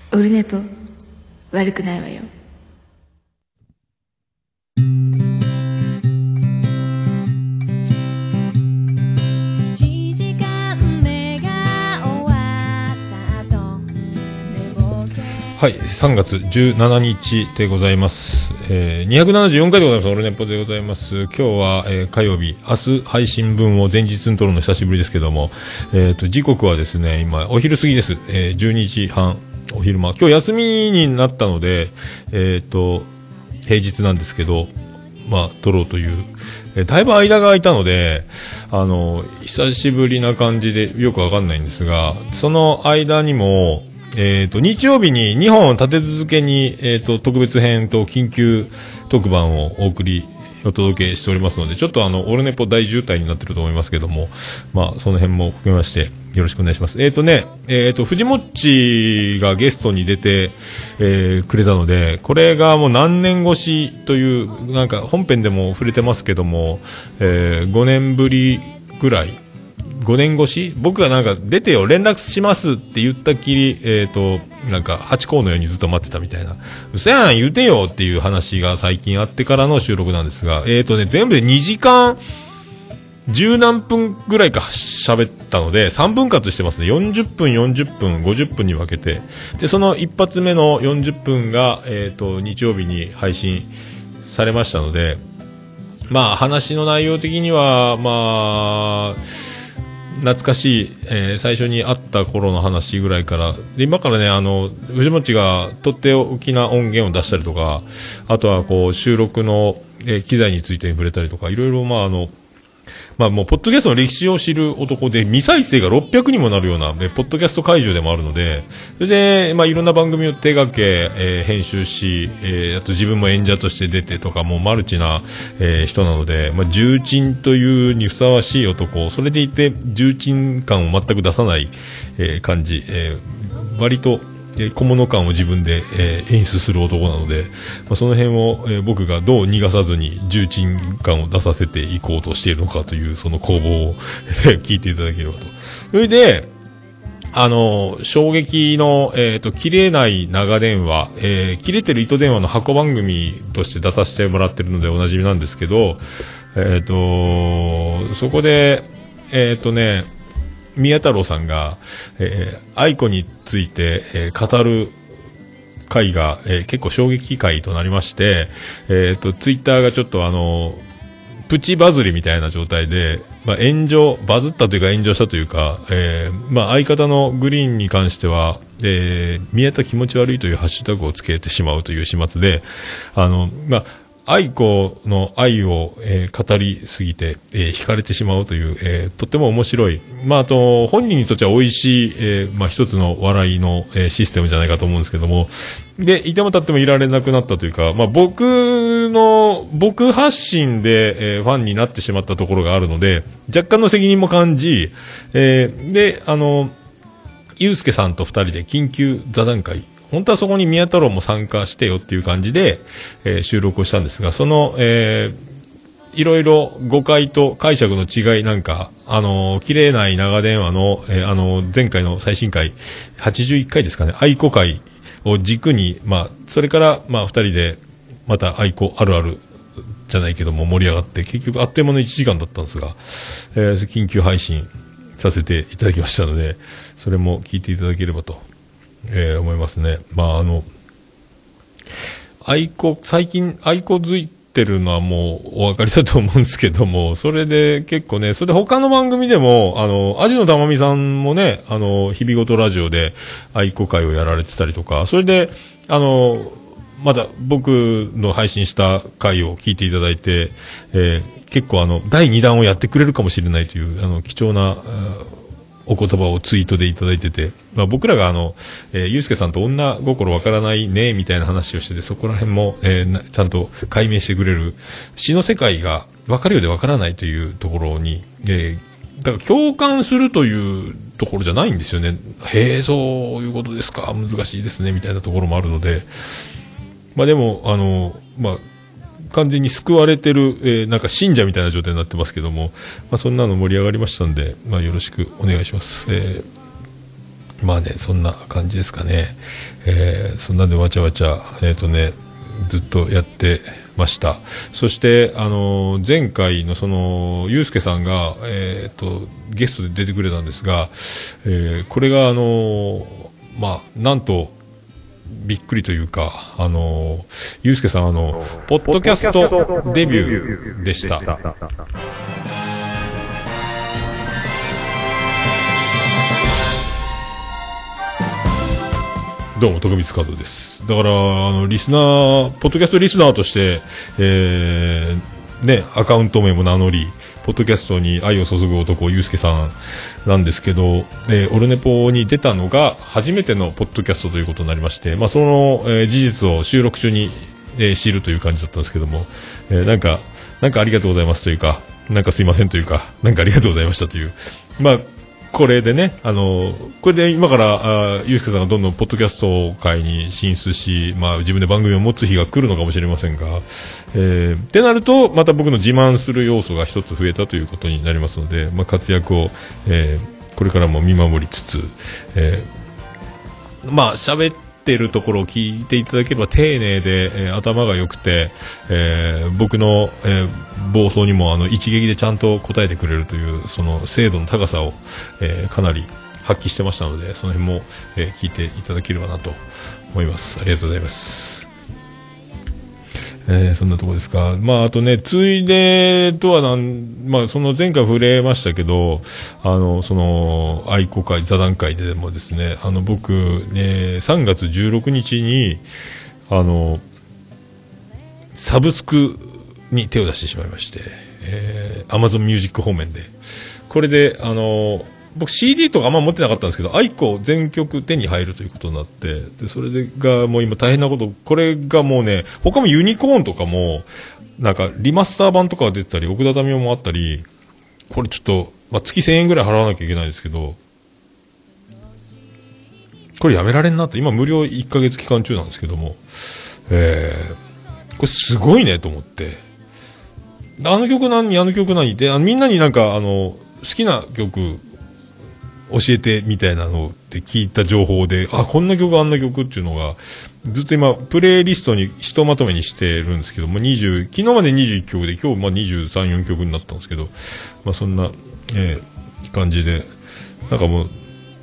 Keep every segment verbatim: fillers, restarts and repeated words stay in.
オルネポ悪くないわよ。 はい、さんがつじゅうしちにちでございます。えー、にひゃくななじゅうよんかいでございます。オルネポでございます。今日は、えー、火曜日、明日配信分を前日に撮るの久しぶりですけども、えーと、時刻はですね、今、お昼過ぎです。えー、じゅうにじはん、お昼間。今日休みになったので、えーと、平日なんですけど、まあ、撮ろうという、えー、だいぶ間が空いたので、あの、久しぶりな感じでよくわかんないんですが、その間にも、えーと、日曜日ににほん立て続けに、えーと、特別編と緊急特番をお送り、お届けしておりますので、ちょっとあの、オルネポ大渋滞になってると思いますけども、まあ、その辺も含めまして、よろしくお願いします。えーとね、えーと、藤もっちがゲストに出て、えー、くれたので、これがもう何年越しという、なんか本編でも触れてますけども、えー、ごねんぶりぐらい、ごねん越し僕がなんか出てよ連絡しますって言ったきり、えっと、なんかハチ公のようにずっと待ってたみたいな。嘘やん言うてよっていう話が最近あってからの収録なんですが、えっとね、全部でにじかんじゅうなんぷんぐらいか喋ったので、さんぶん割してますね。よんじゅっぷん、よんじゅっぷん、ごじゅっぷんに分けて。で、その一発目のよんじゅっぷんが、えっと、日曜日に配信されましたので、まあ話の内容的には、まあ、懐かしい、えー、最初に会った頃の話ぐらいからで、今からね、あの藤本がとっておきな音源を出したりとか、あとはこう収録の、えー、機材について触れたりとか、いろいろ、まああのまあもうポッドキャストの歴史を知る男で、未再生がろっぴゃくにもなるような、えー、ポッドキャスト会場でもあるので、それでまあいろんな番組を手掛け、えー、編集し、えー、あと自分も演者として出てとか、もうマルチな、えー、人なので、まあ重鎮というにふさわしい男、それでいて重鎮感を全く出さない、えー、感じ、えー、割と小物感を自分で、えー、演出する男なので、まあ、その辺を、えー、僕がどう逃がさずに重鎮感を出させていこうとしているのかというその攻防を聞いていただければと。それで、あの、衝撃の、えっと、切れない長電話、えー、切れてる糸電話の箱番組として出させてもらってるのでおなじみなんですけど、えっと、そこで、えっとね、宮太郎さんが、えー、愛子について、えー、語る回が、えー、結構衝撃回となりまして、えっと、ツイッターがちょっとあの、プチバズりみたいな状態で、まあ、炎上、バズったというか炎上したというか、えー、まあ、相方のグリーンに関しては、えー、宮田気持ち悪いというハッシュタグをつけてしまうという始末で、あの、まあ、愛子の愛を、えー、語りすぎて、えー、惹かれてしまうという、えー、とっても面白い。まあ、あと、本人にとっては美味しい、えー、まあ、一つの笑いの、えー、システムじゃないかと思うんですけども。で、いても立ってもいられなくなったというか、まあ、僕の、僕発信で、えー、ファンになってしまったところがあるので、若干の責任も感じ、えー、で、あの、ゆうすけさんと二人で緊急座談会、本当はそこに宮太郎も参加してよっていう感じで、えー、収録をしたんですが、その、えー、いろいろ誤解と解釈の違いなんか、あのー、切れない長電話の、えー、あのー、前回の最新回、はちじゅういっかいですかね、愛子会を軸に、まあ、それから、まあ、二人で、また愛子あるあるじゃないけども盛り上がって、結局あっという間のいちじかんだったんですが、えー、緊急配信させていただきましたので、それも聞いていただければと。えー、思いますね。まああの愛子最近愛子づいてるのはもうお分かりだと思うんですけども、それで結構ね、それで他の番組でもあのアジのたまみさんもね、あの日々ごとラジオで愛子会をやられてたりとか、それであのまだ僕の配信した回を聞いていただいて、えー、結構あのだいにだんをやってくれるかもしれないというあの貴重なお言葉をツイートでいただいてて、まあ、僕らがあの、えー、ゆうすけさんと女心わからないねみたいな話をしてて、そこら辺も、えー、ちゃんと解明してくれる詩の世界がわかるようでわからないというところに、えー、だから共感するというところじゃないんですよね。へえ、そういうことですか、難しいですねみたいなところもあるので、まあでもあのまあ完全に救われてる、えー、なんか信者みたいな状態になってますけども、まあ、そんなの盛り上がりましたんで、まあ、よろしくお願いします。えー、 まあね、そんな感じですかね。えー、そんなんでわちゃわちゃ、えっとね、ずっとやってました。そして、あのー、前回のその、ゆうすけさんが、えっと、ゲストで出てくれたんですが、えー、これがあのー、まあ、なんと、びっくりというか、あのー、ゆうすけさん、あの、ポッドキャストデビューでした。どうも、徳光和夫です。だから、あの、リスナー、ポッドキャストリスナーとして、えー、ね、アカウント名も名乗り、ポッドキャストに愛を注ぐ男、ゆうすけさんなんですけど、えー、オルネポに出たのが初めてのポッドキャストということになりまして、まあ、その、えー、事実を収録中に、えー、知るという感じだったんですけども、えー、なんか、なんかありがとうございますというか、なんかすいませんというか、なんかありがとうございましたという、まあ、これでね、あのこれで今からゆうすけさんがどんどんポッドキャスト界に進出し、まあ、自分で番組を持つ日が来るのかもしれませんが、えー、ってなるとまた僕の自慢する要素が一つ増えたということになりますので、まあ、活躍を、えー、これからも見守りつつ、えー、まあ喋っててるところを聞いていただければ丁寧で、えー、頭が良くて、えー、僕の、えー、暴走にもあの一撃でちゃんと答えてくれるというその精度の高さを、えー、かなり発揮してましたので、その辺も、えー、聞いていただければなと思います。ありがとうございます。えー、そんなところですか。まあ、あとね、ついでとはなん、まあ、その前回触れましたけど、あの、その、愛好会、座談会でもですね、あの、僕、ね、さんがつじゅうろくにちに、あの、サブスクに手を出してしまいまして、えー、Amazon Music 方面で。これで、あの、僕 シーディー とかあんま持ってなかったんですけど、アイコ全曲手に入るということになって、でそれがもう今大変なこと、これがもうね、他もユニコーンとかもなんかリマスター版とかが出てたり、奥田民生もあったり、これちょっと、まあ、月せんえんぐらい払わなきゃいけないんですけど、これやめられんなって、今無料いっかげつ期間中なんですけども、えー、これすごいねと思って、あの曲何、あの曲何で、あのみんなになんかあの好きな曲教えてみたいなのって聞いた情報で、あ、こんな曲あんな曲っていうのがずっと今プレイリストにひとまとめにしてるんですけども、にじゅう昨日までにじゅういっきょくで今日まあにじゅうさん、よんきょくになったんですけど、まあそんな、えー、感じで、なんかもう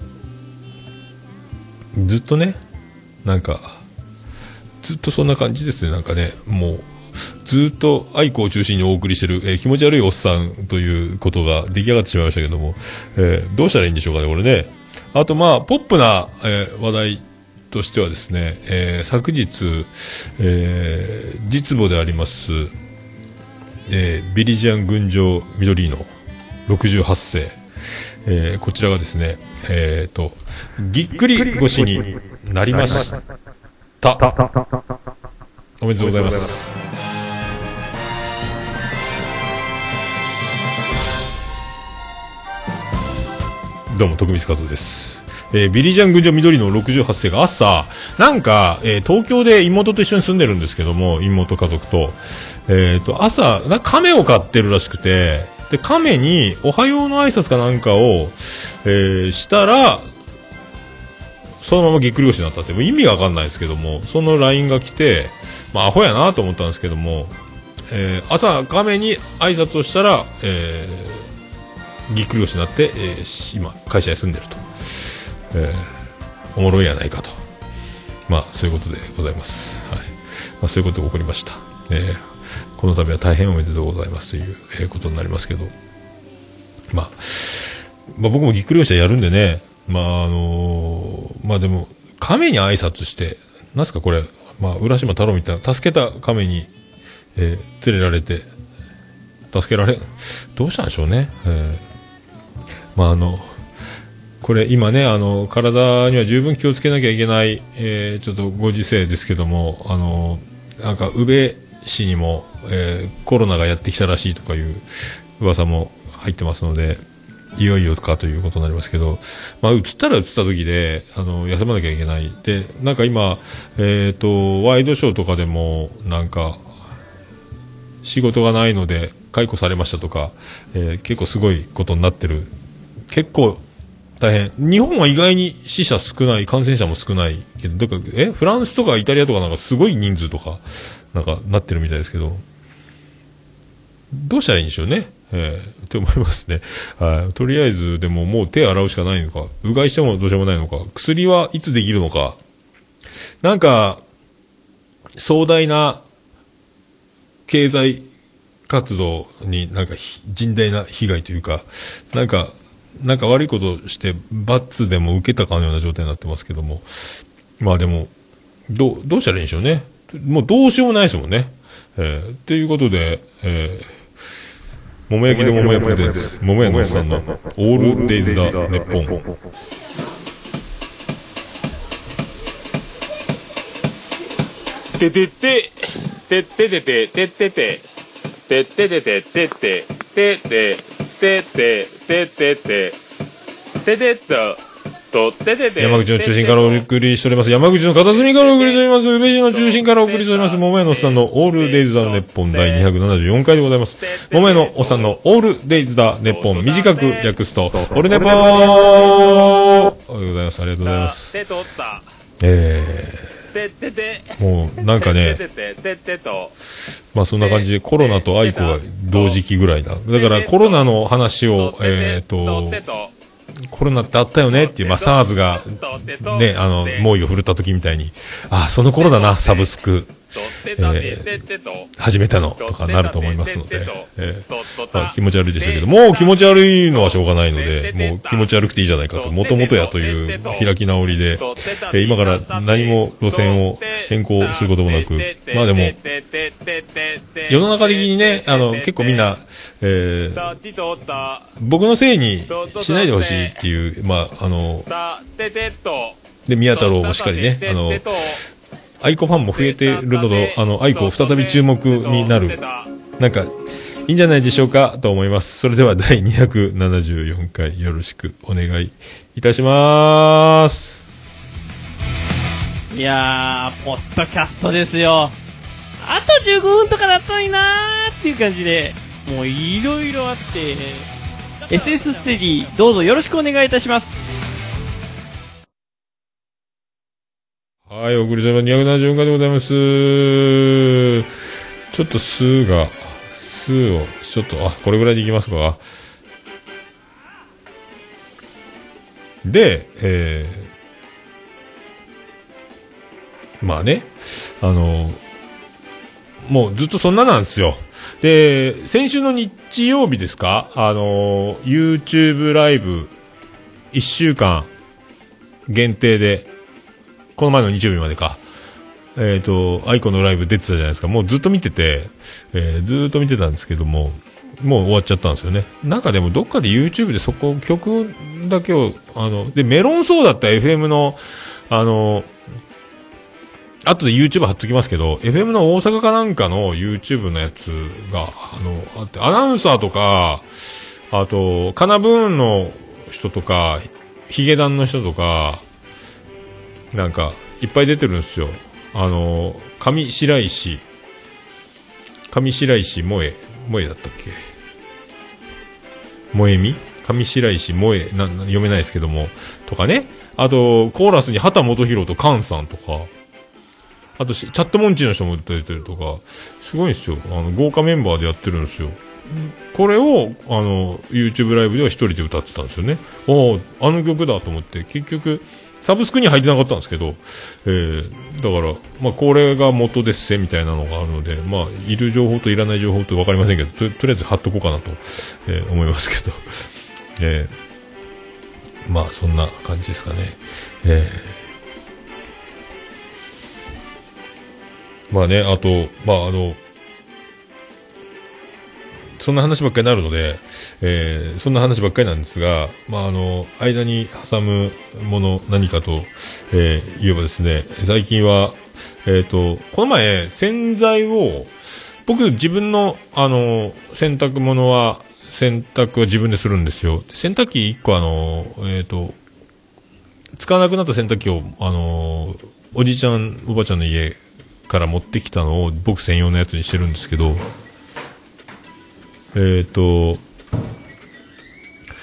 ずっとね、なんかずっとそんな感じですね。なんかね、もうずっと愛子を中心にお送りしてる、えー、気持ち悪いおっさんということが出来上がってしまいましたけども、えー、どうしたらいいんでしょうかね、これね。あとまあポップな、えー、話題としてはですね、えー、昨日、えー、実母であります、えー、ビリジアン群青緑のろくじゅうはっせい、えー、こちらがですね、えーとぎっくり腰になりました。おめでとうございます。どうも徳光和夫です。えー、ビリジャン群青緑のろくじゅうはっせいが朝なんか、えー、東京で妹と一緒に住んでるんですけども、妹家族と、えー、と朝な亀を飼ってるらしくて、で亀におはようの挨拶かなんかを、えー、したらそのままぎっくり腰になったって、もう意味がわかんないですけども、その ライン が来て、まあアホやなと思ったんですけども、えー、朝亀に挨拶をしたら、えー、ぎっくり腰になって、えー、今会社休んでると、えー、おもろいやないかと、まあそういうことでございます。はい、まあ、そういうことが起こりました。えー、この度は大変おめでとうございますという、えー、ことになりますけど、まあ、まあ僕もぎっくり腰はやるんでね、まああのー、まあでも亀に挨拶してなんすかこれ、まあ浦島太郎みたいな助けた亀に、えー、連れられて助けられどうしたんでしょうね。えー、まああのこれ今ね、あの体には十分気をつけなきゃいけない、えー、ちょっとご時世ですけども、あのなんか宇部市にも、えー、コロナがやってきたらしいとかいう噂も入ってますので、いよいよかということになりますけど、まあ、移ったら移った時であの休まなきゃいけないで、なんか今、えーと、ワイドショーとかでもなんか仕事がないので解雇されましたとか、えー、結構すごいことになってる、結構大変。日本は意外に死者少ない、感染者も少ないけど、だから、え、フランスとかイタリアとかなんかすごい人数とか、なんかなってるみたいですけど、どうしたらいいんでしょうね。えー、って思いますね。はい。とりあえず、でももう手洗うしかないのか、うがいしてもどうしようもないのか、薬はいつできるのか、なんか、壮大な経済活動になんか甚大な被害というか、なんか、なんか悪いことして罰でも受けたかのような状態になってますけども、まあでも、どう、どうしたらいいんでしょうね。もうどうしようもないですもんね。えー、っていうことで、えー、桃焼きで桃屋プレゼンツ、桃屋のおっさんのオールデイズだネッポン。 ててて、てててて、ててて、てててて、ててて、ててて、てててて、ててと、と、ててて。 山口の中心からお送りしております。山口の片隅からお送りしております。宇部市の中心からお送りしております。桃屋のおっさんのオールデイズ・ザ・ネッポン第にひゃくななじゅうよんかいでございます。桃屋のおっさんのオールデイズ・ザ・ネッポン、短く略すと、オルネポーありがとうございます。ありがとうございます。えー、もうなんかね、まあそんな感じでコロナと愛子が同時期ぐらいだ。だからコロナの話を、えっと、コロナってあったよねっていう、まあ SARS がね、あの、猛威を振るった時みたいに、あ、その頃だな、サブスク。えー、始めたのとかなると思いますので、えーまあ、気持ち悪いでしょうけど、もう気持ち悪いのはしょうがないので、もう気持ち悪くていいじゃないかと、もともとやという開き直りで、えー、今から何も路線を変更することもなく、まあでも、世の中的にね、あの、結構みんな、えー、僕のせいにしないでほしいっていう、まあ、あの、で、宮太郎もしっかりね、あの、愛子ファンも増えてるのと、あの、愛子再び注目になる、なんか、いいんじゃないでしょうかと思います。それではだいにひゃくななじゅうよんかいよろしくお願いいたします。 いやー、ポッドキャストですよ。あとじゅうごふんとかだったのになーっていう感じで、もういろいろあって、エスエス ステディどうぞよろしくお願いいたします。 はい、お送りしまにひゃくななじゅうよんかいでございます。ちょっと数が、数を、ちょっと、あ、これぐらいでいきますか。で、えー、まあね、あの、もうずっとそんななんですよ。で、先週の日曜日ですか、あの、YouTube ライブ、いっしゅうかん限定で、この前の日曜日までか。えっと、アイコのライブ出てたじゃないですか。もうずっと見てて、えー、ずーっと見てたんですけども、もう終わっちゃったんですよね。なんかでもどっかで YouTube でそこ、曲だけを、あの、で、メロンソーダって エフエム の、あの、後で YouTube 貼っときますけど、エフエム の大阪かなんかの YouTube のやつが、あの、あって、アナウンサーとか、あと、カナブーンの人とか、ヒゲダンの人とか、なんかいっぱい出てるんですよ。あの上白石上白石萌え萌えだったっけ、萌えみ上白石萌えな読めないですけどもとかね。あとコーラスに畑基博と菅さんとか、あとチャットモンチーの人も出てるとか、すごいんですよ。あの豪華メンバーでやってるんですよ。これをあの YouTube ライブでは一人で歌ってたんですよね。おー、あの曲だと思って、結局サブスクに入ってなかったんですけど、えー、だから、まあ、これが元ですせみたいなのがあるので、まあ、いる情報といらない情報と分かりませんけど、と、とりあえず貼っとこうかなと、えー、思いますけど、えー、まあ、そんな感じですかね。えー、まあね、あと、まあ、あの、そんな話ばっかりになるので、えー、そんな話ばっかりなんですが、まあ、あの、間に挟むもの何かと、えー、言えばですね、最近は、えっと、この前、洗剤を、僕自分の、あの、洗濯物は、洗濯は自分でするんですよ。洗濯機いっこあの、えっと、使わなくなった洗濯機を、あの、おじいちゃん、おばあちゃんの家から持ってきたのを僕専用のやつにしてるんですけど、えっと、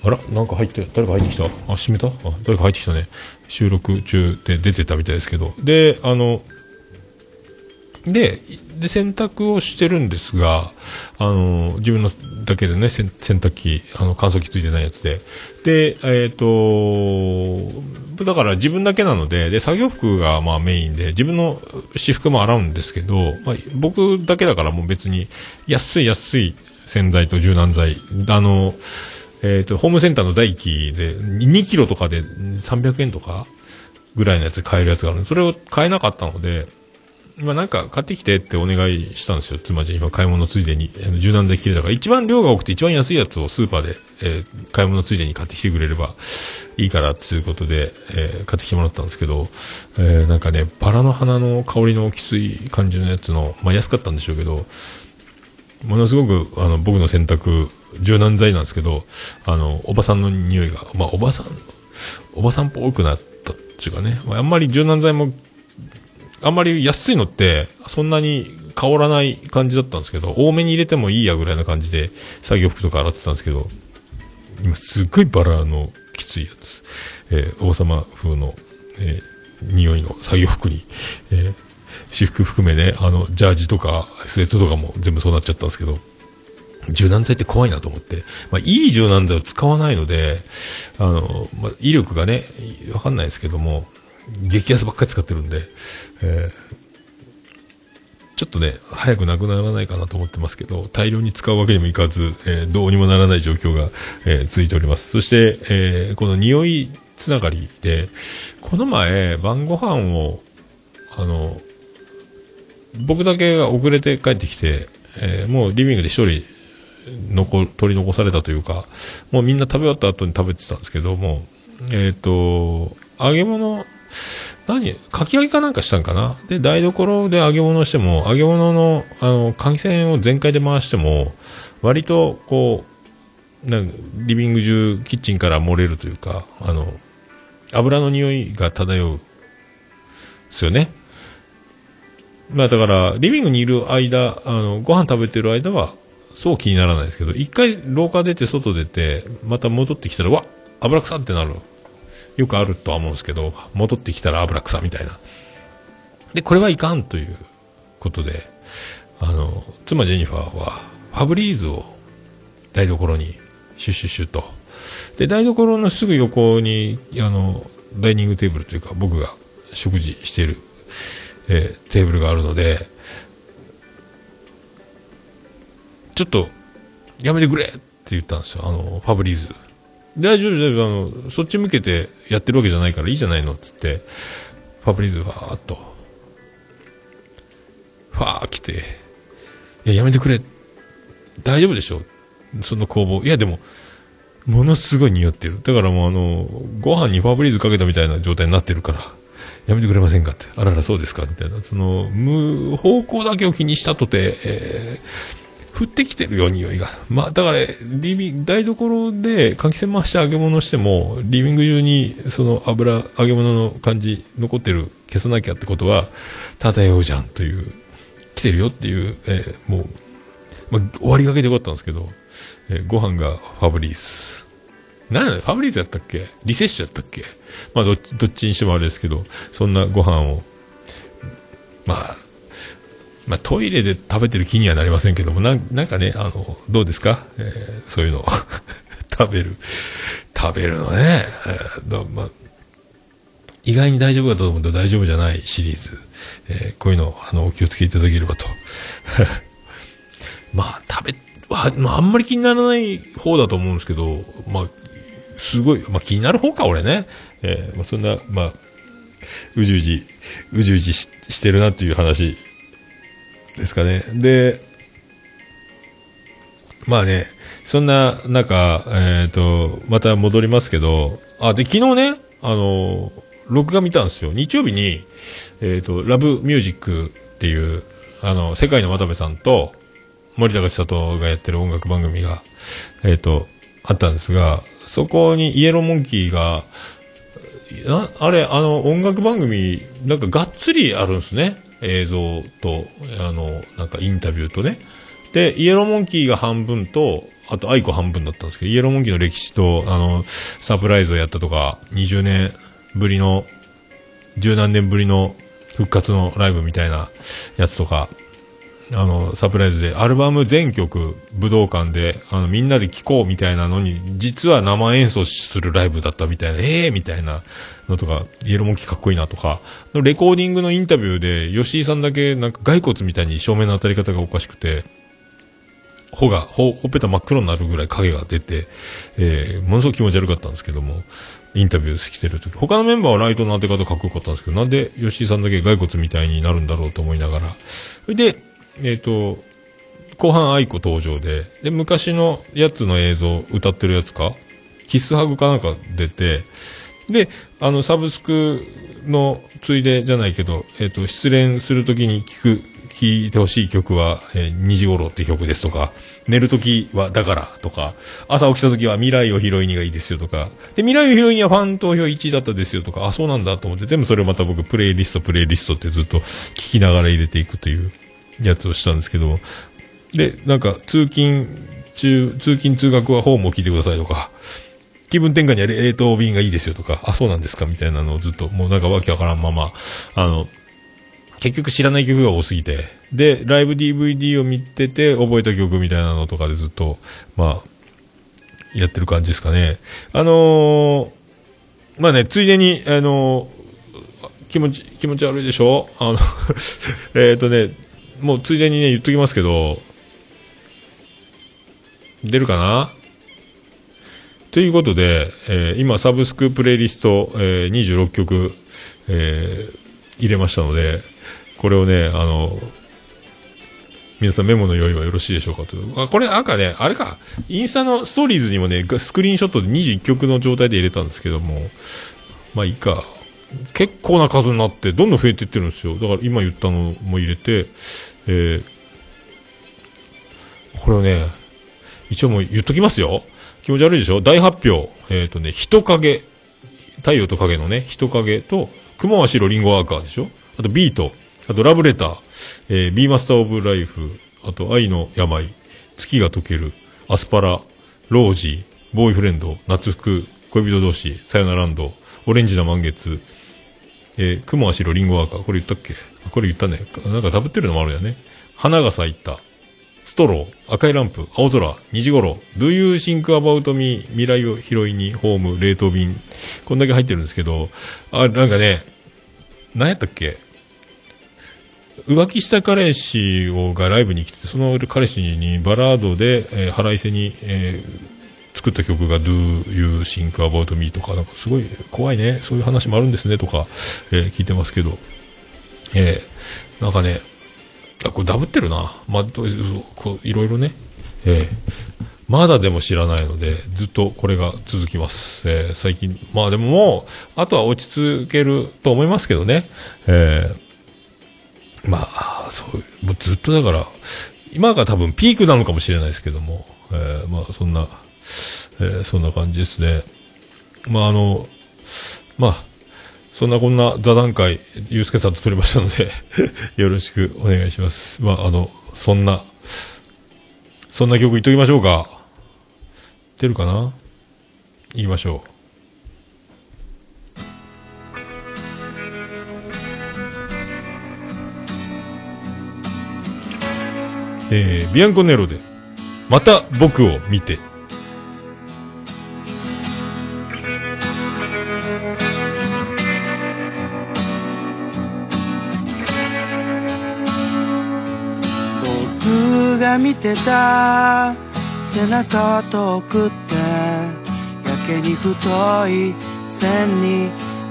あら、なんか入って、誰か入ってきた？あ、閉めた？あ、誰か入ってきたね。収録中で出てたみたいですけど。で、あの、で、で、洗濯をしてるんですが、あの、自分のだけでね、洗濯機、あの、乾燥機ついてないやつで。で、えっと、だから自分だけなので、で、作業服がまあメインで、自分の私服も洗うんですけど、まあ、僕だけだからもう別に、安い安い洗剤と柔軟剤、あの、えっと、ホームセンターの代金で、にキロとかでさんびゃくえんとかぐらいのやつ買えるやつがあるので、それを買えなかったので、まあなんか買ってきてってお願いしたんですよ。妻に今買い物ついでに、あの柔軟剤切れたから一番量が多くて一番安いやつをスーパーで、えー、買い物ついでに買ってきてくれればいいからっていうことで、えー、買ってきてもらったんですけど、えー、なんかね、バラの花の香りのきつい感じのやつの、まあ安かったんでしょうけど、ものすごくあの僕の洗濯柔軟剤なんですけど、あのおばさんの匂いが、まあおばさんおばさんっぽくなったっていうかね、まあ、あんまり柔軟剤もあんまり安いのってそんなに香らない感じだったんですけど、多めに入れてもいいやぐらいな感じで作業服とか洗ってたんですけど、今すっごいバラのきついやつ、えー、王様風の、えー、匂いの作業服に、えー、私服含めね、あのジャージとかスウェットとかも全部そうなっちゃったんですけど、柔軟剤って怖いなと思って、まあ、いい柔軟剤を使わないので、あの、まあ、威力がね、わかんないですけども、激安ばっかり使ってるんで、えー、ちょっとね、早くなくならないかなと思ってますけど、大量に使うわけにもいかず、えー、どうにもならない状況が、えー、続いております。そして、えー、この匂いつながりで、この前、晩ご飯を、あの、僕だけが遅れて帰ってきて、えー、もうリビングで一人残取り残されたというか、もうみんな食べ終わった後に食べてたんですけども、えっと、揚げ物、何かき揚げかなんかしたんかな。で、台所で揚げ物しても、揚げ物の、あの、換気扇を全開で回しても、割と、こう、なんかリビング中、キッチンから漏れるというか、あの、油の匂いが漂う。ですよね。まあだから、リビングにいる間、あの、ご飯食べてる間は、そう気にならないですけど、一回廊下出て外出て、また戻ってきたら、わっ油臭ってなる。よくあるとは思うんですけど、戻ってきたら油臭みたいな。で、これはいかんということで、あの、妻ジェニファーは、ファブリーズを台所にシュッシュッシュッと。で、台所のすぐ横に、あの、ダイニングテーブルというか、僕が食事している、えー、テーブルがあるので、ちょっと、やめてくれって言ったんですよ。あの、ファブリーズ。大丈夫、大丈夫、あの、そっち向けてやってるわけじゃないからいいじゃないのっつって、ファブリーズはーっと、ファー来て、いや、やめてくれ。大丈夫でしょその工房。いや、でも、ものすごい匂ってる。だからもうあの、ご飯にファブリーズかけたみたいな状態になってるから、やめてくれませんかって。あらら、そうですかみたいな。その、無方向だけを気にしたとて、えー、降ってきてるよ、匂いが。まあ、だから、リビング、台所で換気扇回して揚げ物しても、リビング中にその油、揚げ物の感じ残ってる、消さなきゃってことは、漂うじゃんという、来てるよっていう、えー、もう、まあ、終わりがけでよかったんですけど、えー、ご飯がファブリーズ。なんだファブリーズやったっけリセッシュやったっけまあ、どっち、どっちにしてもあれですけど、そんなご飯を、まあ、まあ、トイレで食べてる気にはなりませんけども、なん、なんかね、あの、どうですか、えー、そういうの食べる、食べるのね、えーまあ、意外に大丈夫だと思うと大丈夫じゃないシリーズ、えー、こういうのあのお気をつけいただければとまあ食べ、まあ、あんまり気にならない方だと思うんですけど、まあすごい、まあ、気になる方か俺ね、えーまあ、そんなまあうじうじうじうじ し, してるなという話ですかね。で、まあね、そんな中、えっと、また戻りますけど、あ、で、昨日ね、あの、録画見たんですよ。日曜日に、えっと、ラブミュージックっていう、あの、世界の渡部さんと森高千里がやってる音楽番組が、えっと、あったんですが、そこにイエローモンキーが、なあれ、あの、音楽番組、なんかがっつりあるんですね。映像と、あの、なんかインタビューとね。で、イエローモンキーが半分と、 あと愛子半分だったんですけど、イエローモンキーの歴史と、あの、サプライズをやったとか、にじゅうねんぶりの、十何年ぶりの復活のライブみたいなやつとか、あの、サプライズで、アルバム全曲、武道館で、あの、みんなで聴こうみたいなのに、実は生演奏するライブだったみたいな、ええー、みたいなのとか、イエローモンキーかっこいいなとか、レコーディングのインタビューで、吉井さんだけ、なんか骸骨みたいに照明の当たり方がおかしくて、ほが、ほ、ほっぺた真っ黒になるぐらい影が出て、えー、ものすごく気持ち悪かったんですけども、インタビューしてるとき、他のメンバーはライトの当て方かっこよかったんですけど、なんで吉井さんだけ骸骨みたいになるんだろうと思いながら、それで、えっと、後半愛子登場で、で、昔のやつの映像、歌ってるやつか、キスハグかなんか出て、で、あの、サブスクのついでじゃないけど、えっと、失恋するときに聞く、聴いてほしい曲は、えー、にじ頃って曲ですとか、寝るときはだからとか、朝起きたときは未来を拾いにがいいですよとか、で、未来を拾いにはファン投票いちいだったですよとか、あ、そうなんだと思って、全部それをまた僕、プレイリスト、プレイリストってずっと聞きながら入れていくというやつをしたんですけど、で、なんか、通勤中、通勤通学はホームを聞いてくださいとか、気分転換には冷凍便がいいですよとか、あ、そうなんですかみたいなのをずっと、もうなんかわけわからんまま、あの、結局知らない曲が多すぎて、で、ライブ ディーブイディー を見てて覚えた曲みたいなのとかでずっと、まあ、やってる感じですかね。あのー、まあね、ついでに、あのー、気持ち、気持ち悪いでしょ？あの、えっとね、もうついでにね、言っときますけど、出るかな？ということで、えー、今、サブスクプレイリスト、えー、にじゅうろっきょく、えー、入れましたので、これをね、あの、皆さんメモの用意はよろしいでしょうかと。あ、これなんかね、あれか、インスタのストーリーズにもね、スクリーンショットでにじゅういっきょくの状態で入れたんですけども、まあいいか。結構な数になって、どんどん増えていってるんですよ。だから今言ったのも入れて、えー、これをね、一応もう言っときますよ。気持ち悪いでしょ？大発表。えっとね、人影。太陽と影のね、人影と、雲は白リンゴワーカーでしょ？あとビート。あとラブレター。えー、ビーマスターオブライフ。あと愛の病。月が溶ける。アスパラ。ロージー。ボーイフレンド。夏服。恋人同士。さよならランド。オレンジな満月。えー、雲は白リンゴワーカー。これ言ったっけ？これ言ったね。なんかダブってるのもあるよね。花が咲いた。ストロー、赤いランプ、青空、にじ頃、Do you think about me? 未来を拾いに、ホーム、冷凍便。こんだけ入ってるんですけど、あ、なんかね、何やったっけ？浮気した彼氏をがライブに来て、その彼氏にバラードで、えー、腹いせに、えー、作った曲が Do you think about me? とか、なんかすごい怖いね。そういう話もあるんですね、とか、えー、聞いてますけど、えー、なんかね、あ、これダブってるな。まあ、こういろいろね、えー。まだでも知らないので、ずっとこれが続きます。えー、最近。まあでももう、あとは落ち着けると思いますけどね。えー、まあ、そう、もうずっとだから、今が多分ピークなのかもしれないですけども、えー、まあそんな、えー、そんな感じですね。まああの、まあ、そんなこんな座談会、ゆうすけさんと撮りましたので、よろしくお願いします。まあ、あの、そんな、そんな曲言っときましょうか。出るかな？言いましょう。えー、ビアンコネロで、また僕を見て。 見てた背中は遠くってやけに太い線に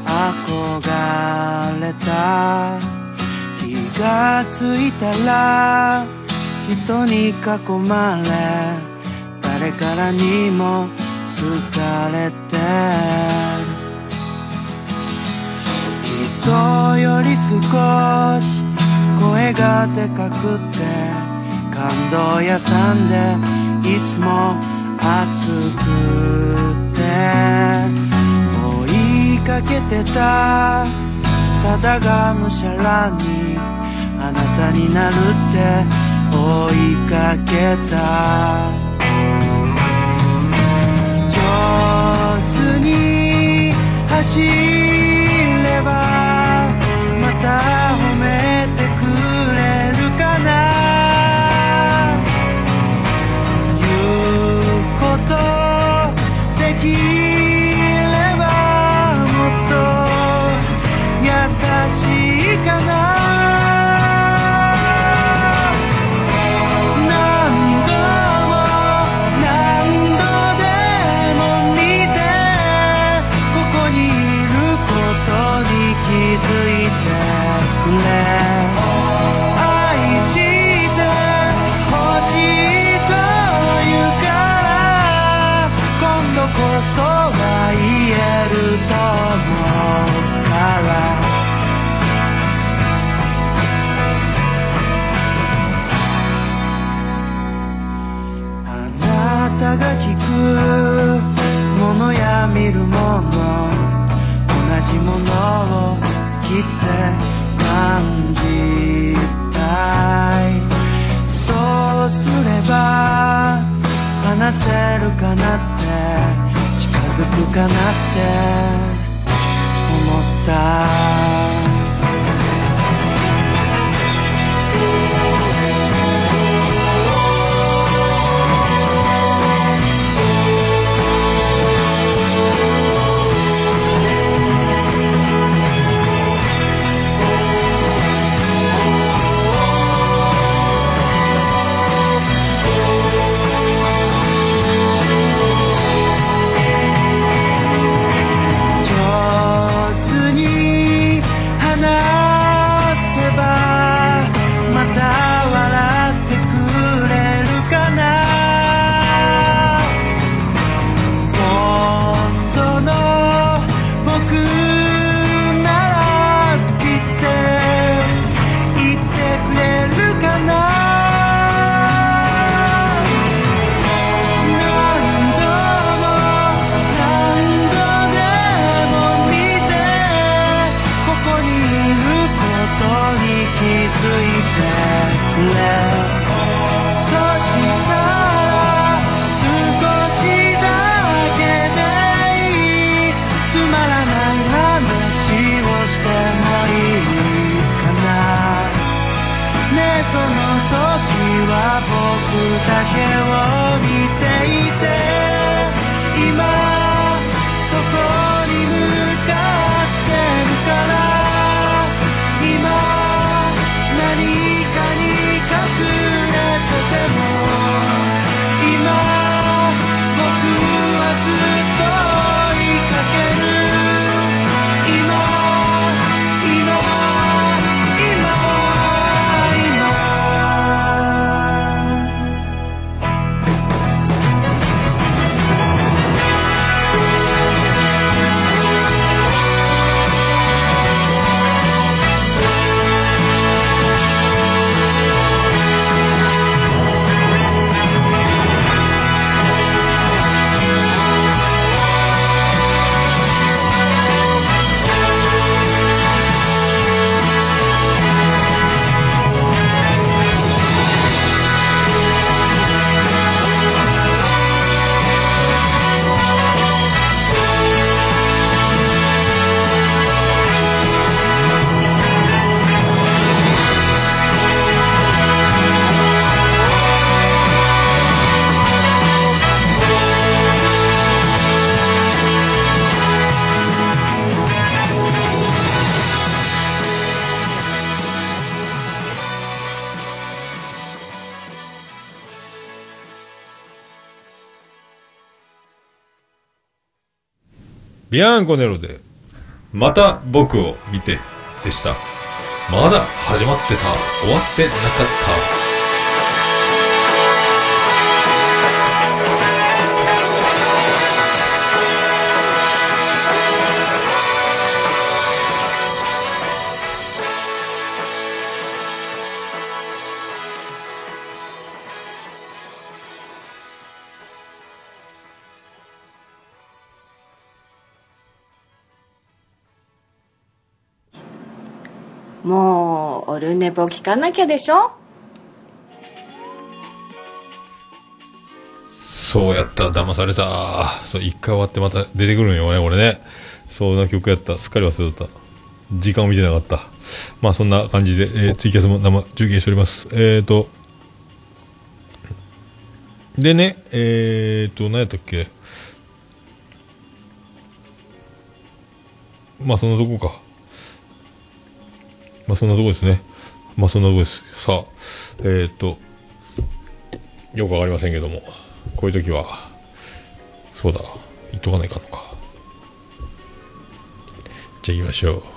憧れた気がついたら人に囲まれ誰からにも好かれて人より少し声がでかくて感動屋さんでいつも熱くて追いかけてたただがむしゃらにあなたになるって追いかけたきればもっと優しいかな。何度も何度でも見てここにいることに気づいてくれ。愛してほしいと言うから今度こそは言えると思うから。あなたが聞くものや見るもの同じものを好きって感じたい。そうすれば話せるかなって近づくかなって思った。だけを見ていて今そこに向かってるから今何かに隠れてても今僕はずっと追いかける今今ビアンコネロでまた僕を見てでした。まだ始まってた、終わってなかった。 もうオルネポ聞かなきゃでしょ。 そうやった、騙された。そう一回終わってまた出てくるんよね、これね。そんな曲やった。すっかり忘れとった。時間を見てなかった。まあそんな感じで、えー、ツイキャスも生中継しております。えーとでね、えーと何やったっけ。 まあそんなとこか。まあそんなとこですね。まあそんなとこです。さあ、えっと、よくわかりませんけども、こういう時は、そうだ、言っとかないかんのか。じゃあ行きましょう。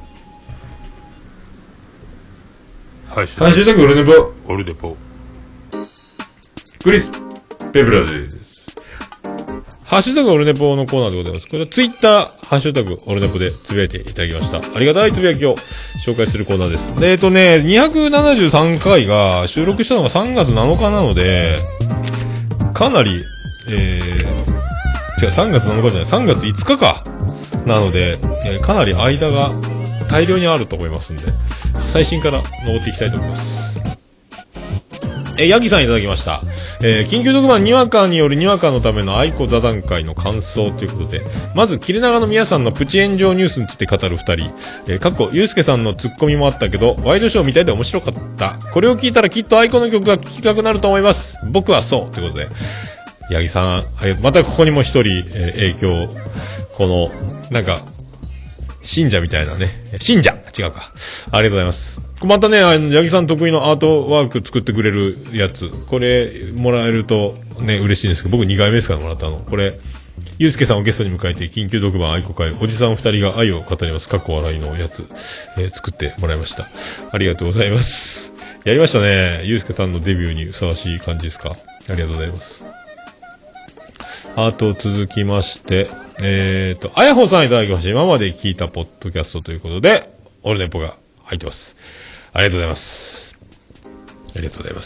ハッシュタグオルネポ、オルネポ。クリス・ペブラです。ハッシュタグオルネポのコーナーでございます。これはツイッター、ハッシュタグオルネポでつぶやいていただきました。ありがたいつぶやきを紹介するコーナーです。で、えっとね、にひゃくななじゅうさんかいが収録したのがさんがつなのかなので、かなり、えー、違う、さんがつなのかじゃない、さんがついつかか。なので、えー、かなり間が大量にあると思いますんで、最新から登っていきたいと思います。えー、ヤギさんいただきました。えー、緊急特番にわかによるにわかのための愛子座談会の感想ということで、まず切れ長の皆さんのプチ炎上ニュースについて語る二人、えー、かっこゆうすけさんのツッコミもあったけどワイドショーみたいで面白かった。これを聞いたらきっと愛子の曲が聴きたくなると思います。僕はそうということで、ヤギさん、またここにも一人、えー、影響、このなんか信者みたいなね、信者違うか、ありがとうございます。またね、あの、八木さん得意のアートワーク作ってくれるやつ、これもらえるとね、嬉しいんですけど、僕にかいめですからもらったの。これ、ゆうすけさんをゲストに迎えて、緊急特番愛子会、おじさん二人が愛を語ります、かっこ笑いのやつ、えー、作ってもらいました。ありがとうございます。やりましたね。ゆうすけさんのデビューにふさわしい感じですか。ありがとうございます。あと続きまして、えーと、あやほさんいただきまして、今まで聞いたポッドキャストということで、オルネポが入ってます。ありがとうございます。ありがとうございます。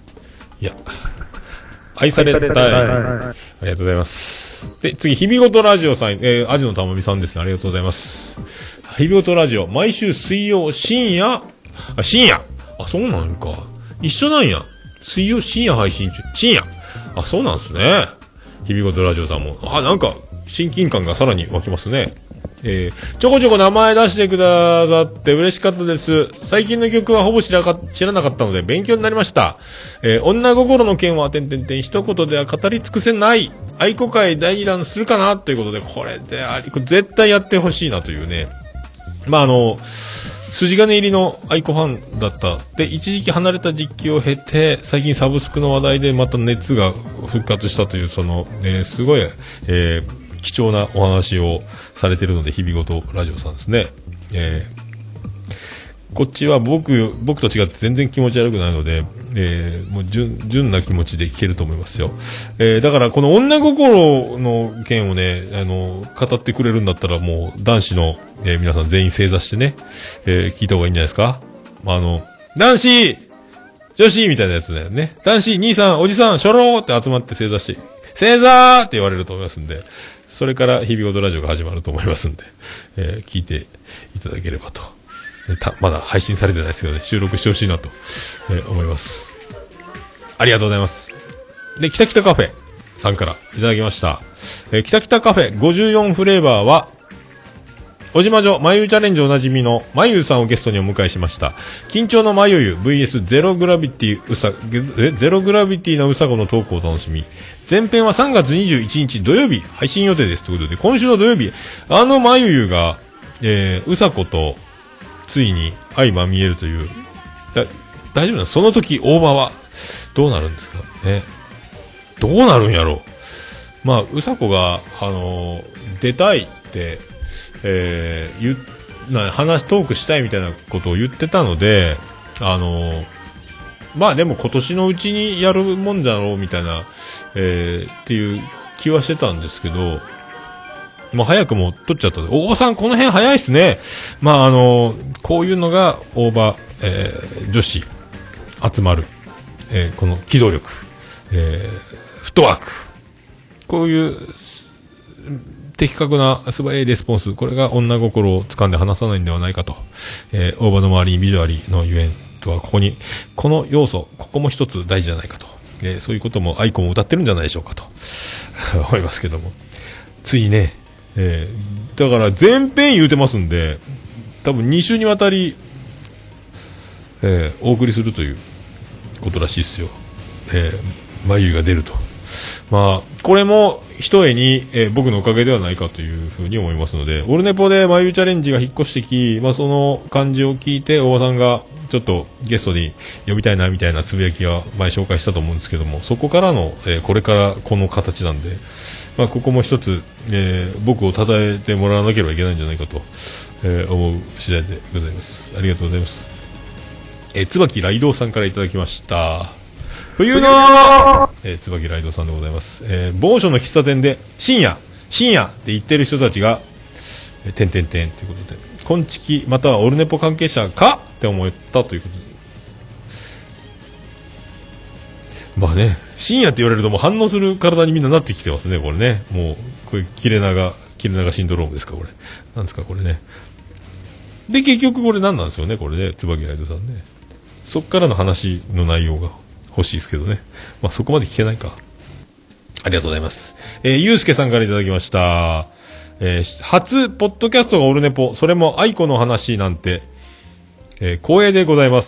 いや、愛されたい。ありがとうございます。で、次、日々ごとラジオさん、えー、アジのたまみさんですね。ありがとうございます。日々ごとラジオ、毎週水曜深夜、あ、深夜あ、そうなんか。一緒なんや。水曜深夜配信中。深夜あ、そうなんですね。日々ごとラジオさんも。あ、なんか、親近感がさらに湧きますね。えー、ちょこちょこ名前出してくださって嬉しかったです。最近の曲はほぼ知らか知らなかったので勉強になりました。えー、女心の件はてんてんてん一言では語り尽くせない。愛子会だいにだんするかなということで、これであり、これ絶対やってほしいなというね。まあ、あの、筋金入りの愛子ファンだった。で、一時期離れた実機を経て、最近サブスクの話題でまた熱が復活したという、その、えー、すごい、えー、貴重なお話をされているので、日々ごとラジオさんですね。えー、こっちは僕、僕と違って全然気持ち悪くないので、えー、もう純、純な気持ちで聞けると思いますよ。えー、だからこの女心の件をね、あの、語ってくれるんだったらもう男子の、えー、皆さん全員正座してね、えー、聞いた方がいいんじゃないですか。あの、男子女子みたいなやつだよね。男子、兄さん、おじさん、初老って集まって正座して、正座って言われると思いますんで、それから日々ごとラジオが始まると思いますんで、えー、聞いていただければと。たまだ配信されてないですけどね、収録してほしいなと、えー、思います。ありがとうございます。で、きたきたカフェさんからいただきました。えー、きたきたカフェごじゅうよんフレーバーは、おじまじょまゆチャレンジおなじみのまゆさんをゲストにお迎えしました。緊張のまゆゆ ブイエス ゼログラビティうさ、え、ゼログラビティなうさごのトークを楽しみ。前編はさんがつにじゅういちにち土曜日配信予定ですということで、今週の土曜日、あのまゆゆが、えー、うさことついに相まみえるという、だ大丈夫なの？その時大場はどうなるんですかね。どうなるんやろう。まあ、うさこが、あのー、出たいって、えー、ゆな話トークしたいみたいなことを言ってたので、あのー、まあでも今年のうちにやるもんだろうみたいな、えー、っていう気はしてたんですけど、もう早くも取っちゃった。大場さんこの辺早いっすね。まああのー、こういうのが大場、えー、女子集まる、えー、この機動力、えー、フットワーク、こういう的確な素早いレスポンス、これが女心を掴んで離さないんではないかと、えー、大場の周りに美女ありのゆえんとは、ここにこの要素、ここも一つ大事じゃないかと、えー、そういうこともアイコンを歌ってるんじゃないでしょうかと思いますけども、ついね、えー、だから前編言うてますんで、多分に週にわたり、えー、お送りするということらしいですよ。えー、眉が出るとまあ、これも一重に、えー、僕のおかげではないかというふうに思いますので、オルネポで眉チャレンジが引っ越してき、まあ、その感じを聞いて大場さんがちょっとゲストに呼びたいなみたいなつぶやきは前紹介したと思うんですけども、そこからの、えー、これからこの形なんで、まあ、ここも一つ、えー、僕を称えてもらわなければいけないんじゃないかと、えー、思う次第でございます。ありがとうございます。えー、椿雷道さんからいただきました。冬の、えー、椿ライドさんでございます。えー、某所の喫茶店で深夜深夜って言ってる人たちが、えー、てんてんてんということで、こんちきまたはオルネポ関係者かって思ったということで、まあね、深夜って言われるともう反応する体にみんななってきてますね、これね。もうこれ切れ長切れ長シンドロームですか、これなんですかこれね。で結局これ何なんですよね、これね、椿ライドさんね。そっからの話の内容が欲しいですけどね。まあ、そこまで聞けないか。ありがとうございます。えー、ゆうすけさんからいただきました。えー、初、ポッドキャストがオルネポ、それも愛子の話なんて、えー、光栄でございます。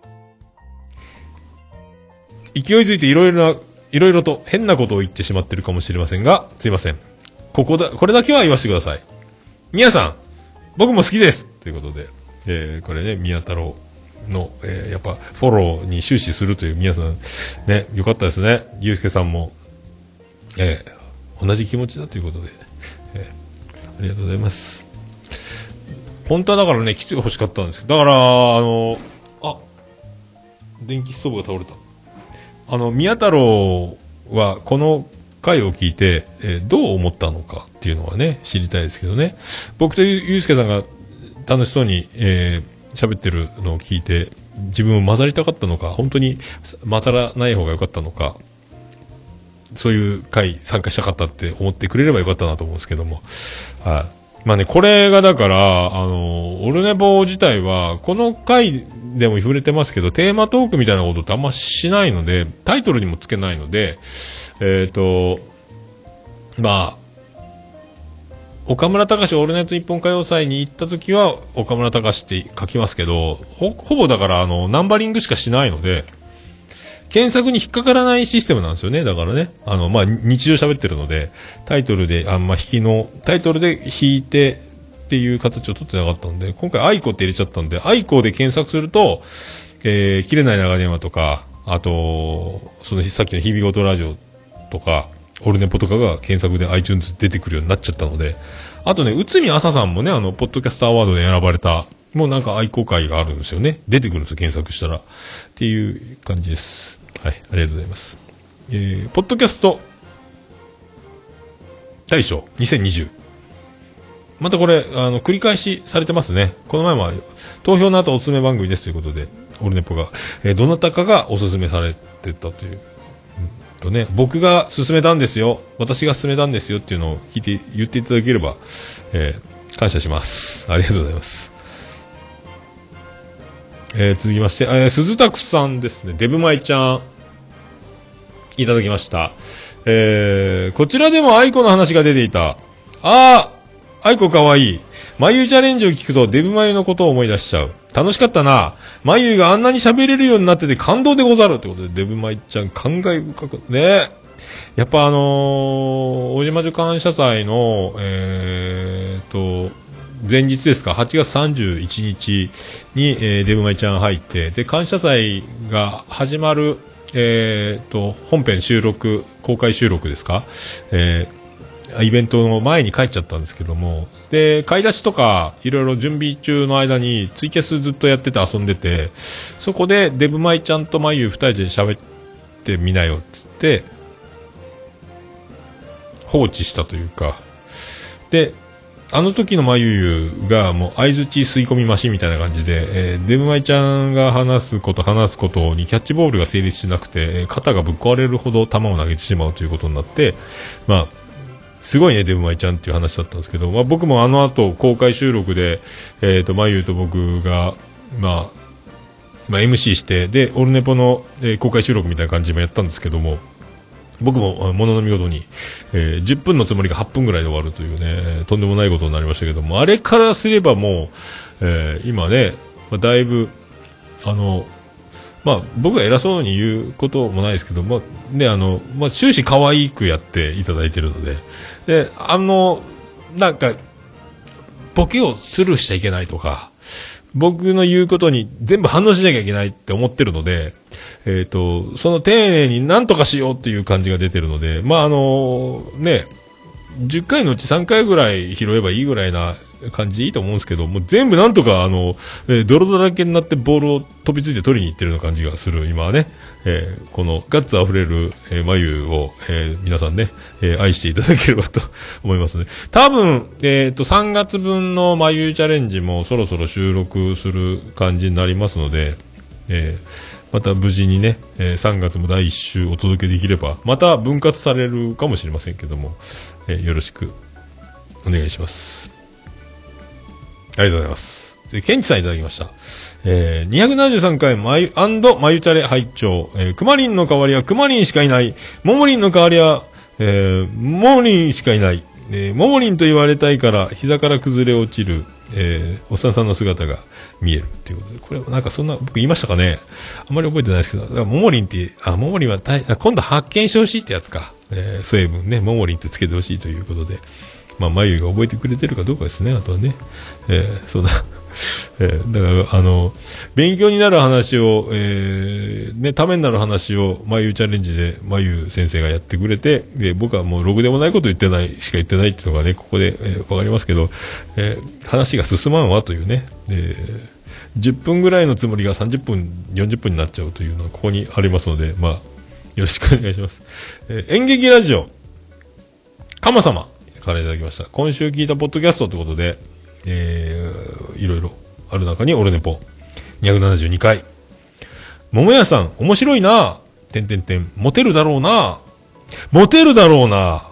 勢いづいていろいろな、いろいろと変なことを言ってしまってるかもしれませんが、すいません。ここだ、これだけは言わせてください。宮さん、僕も好きです。ということで、えー、これね、宮太郎。の、えー、やっぱフォローに終始するという皆さんね、よかったですね。ゆうすけさんも、えー、同じ気持ちだということで、えー、ありがとうございます。本当はだからね、来て欲しかったんですけど、だからあのあ電気ストーブが倒れた。あの宮太郎はこの回を聞いて、えー、どう思ったのかっていうのはね知りたいですけどね。僕とゆうすけさんが楽しそうに、えー喋ってるのを聞いて自分を混ざりたかったのか、本当に混ざらない方が良かったのか、そういう会参加したかったって思ってくれればよかったなと思うんですけども、はい。まあね、これがだからあのオルネポ自体はこの回でも触れてますけど、テーマトークみたいなことってあんましないので、タイトルにもつけないので、えっとまあ岡村隆史オールナイト日本歌謡祭に行った時は岡村隆史って書きますけど、 ほ, ほぼだからあのナンバリングしかしないので検索に引っかからないシステムなんですよね。だからね、あのまあ日常喋ってるのでタイトルであんま引きのタイトルで引いてっていう形を取ってなかったんで、今回愛子って入れちゃったんで、愛子で検索すると、えー、切れない長電話とか、あとそのさっきの日々ごとラジオとかオルネポとかが検索で iTunes 出てくるようになっちゃったので、あとね、内海朝さんもね、あのポッドキャストアワードで選ばれたもうなんか愛好会があるんですよね。出てくるんですよ、検索したらっていう感じです。はい、ありがとうございます。えー、ポッドキャスト大賞にせんにじゅう、またこれあの繰り返しされてますね。この前も投票の後おすすめ番組ですということでオルネポが、えー、どなたかがおすすめされてたというとね、僕が勧めたんですよ、私が勧めたんですよっていうのを聞いて言っていただければ、えー、感謝します。ありがとうございます。えー、続きまして、えー、鈴拓さんですね、デブマイちゃんいただきました。えー、こちらでも愛子の話が出ていた。あー、愛子かわいい。眉チャレンジを聞くとデブ眉のことを思い出しちゃう。楽しかったな。眉があんなに喋れるようになってて感動でござるということで、デブ眉ちゃん感慨深くね。やっぱあのー、大島女感謝祭のえーと前日ですか、はちがつさんじゅういちにちに、えー、デブマイちゃん入って、で感謝祭が始まるえーと本編収録公開収録ですか、えーイベントの前に帰っちゃったんですけども、で買い出しとかいろいろ準備中の間にツイキャスずっとやってて遊んでて、そこでデブマイちゃんとマユふたりで喋ってみなよっつって放置したというか、であの時のマユがもう相づち吸い込みマシンみたいな感じで、えー、デブマイちゃんが話すこと話すことにキャッチボールが成立しなくて、肩がぶっ壊れるほど球を投げてしまうということになって、まあすごいねデブマイちゃんっていう話だったんですけど、まあ、僕もあの後公開収録で、えーとマユと僕が、まあ、まあ エムシー してでオルネポの、えー、公開収録みたいな感じもやったんですけども、僕もものの見事に、えー、じゅっぷんのつもりがはっぷんぐらいで終わるというね、とんでもないことになりましたけども、あれからすればもう、えー、今ね、まあ、だいぶあのまあ、僕が偉そうに言うこともないですけど、まあ、ね、あの、まあ、終始可愛くやっていただいてるので、で、あの、なんか、ボケをスルーしちゃいけないとか、僕の言うことに全部反応しなきゃいけないって思ってるので、えっと、その丁寧に何とかしようっていう感じが出てるので、まあ、あの、ね、じゅっかいのうちさんかいぐらい拾えばいいぐらいな感じでいいと思うんですけど、もう全部なんとかあの、えー、泥だらけになってボールを飛びついて取りに行ってるような感じがする今はね、えー、このガッツあふれる、えー、眉を、えー、皆さんね、えー、愛していただければと思いますね。多分、えっと、さんがつぶんの眉チャレンジもそろそろ収録する感じになりますので、えーまた無事にね、えー、さんがつもだいいっ週お届けできれば、また分割されるかもしれませんけども、えー、よろしくお願いします。ありがとうございます。で、ケンチさんいただきました。えー、にひゃくななじゅうさんかいまゆ、アンドまゆチャレ拝聴、えー、クマリンの代わりはクマリンしかいない。モモリンの代わりは、えー、モモリンしかいない。えー、モモリンと言われたいから、膝から崩れ落ちる。えー、おっさんさんの姿が見えるっていうことで、これはなんかそんな、僕言いましたかね、あんまり覚えてないですけど、だからモモリンって、あ、モモリンは大、今度発見してほしいってやつか、えー、成分ね、モモリンってつけてほしいということで、まあ、眉が覚えてくれてるかどうかですね、あとはね、えー、そんな、えー、だから、あの、勉強になる話を、えー、ね、ためになる話を、眉チャレンジで、眉先生がやってくれて、で、僕はもう、ろくでもないこと言ってない、しか言ってないっていうのがね、ここで、えー、わかりますけど、えー、話が進まんわというね、えー、じゅっぷんぐらいのつもりがさんじゅっぷん、よんじゅっぷんになっちゃうというのは、ここにありますので、まあ、よろしくお願いします。えー、演劇ラジオ、かま様からいただきました。今週聞いたポッドキャストということで、えー、いろいろある中にオルネポにひゃくななじゅうにかい、桃屋さん面白いな、てんてんてん、モテるだろうな、モテるだろうな、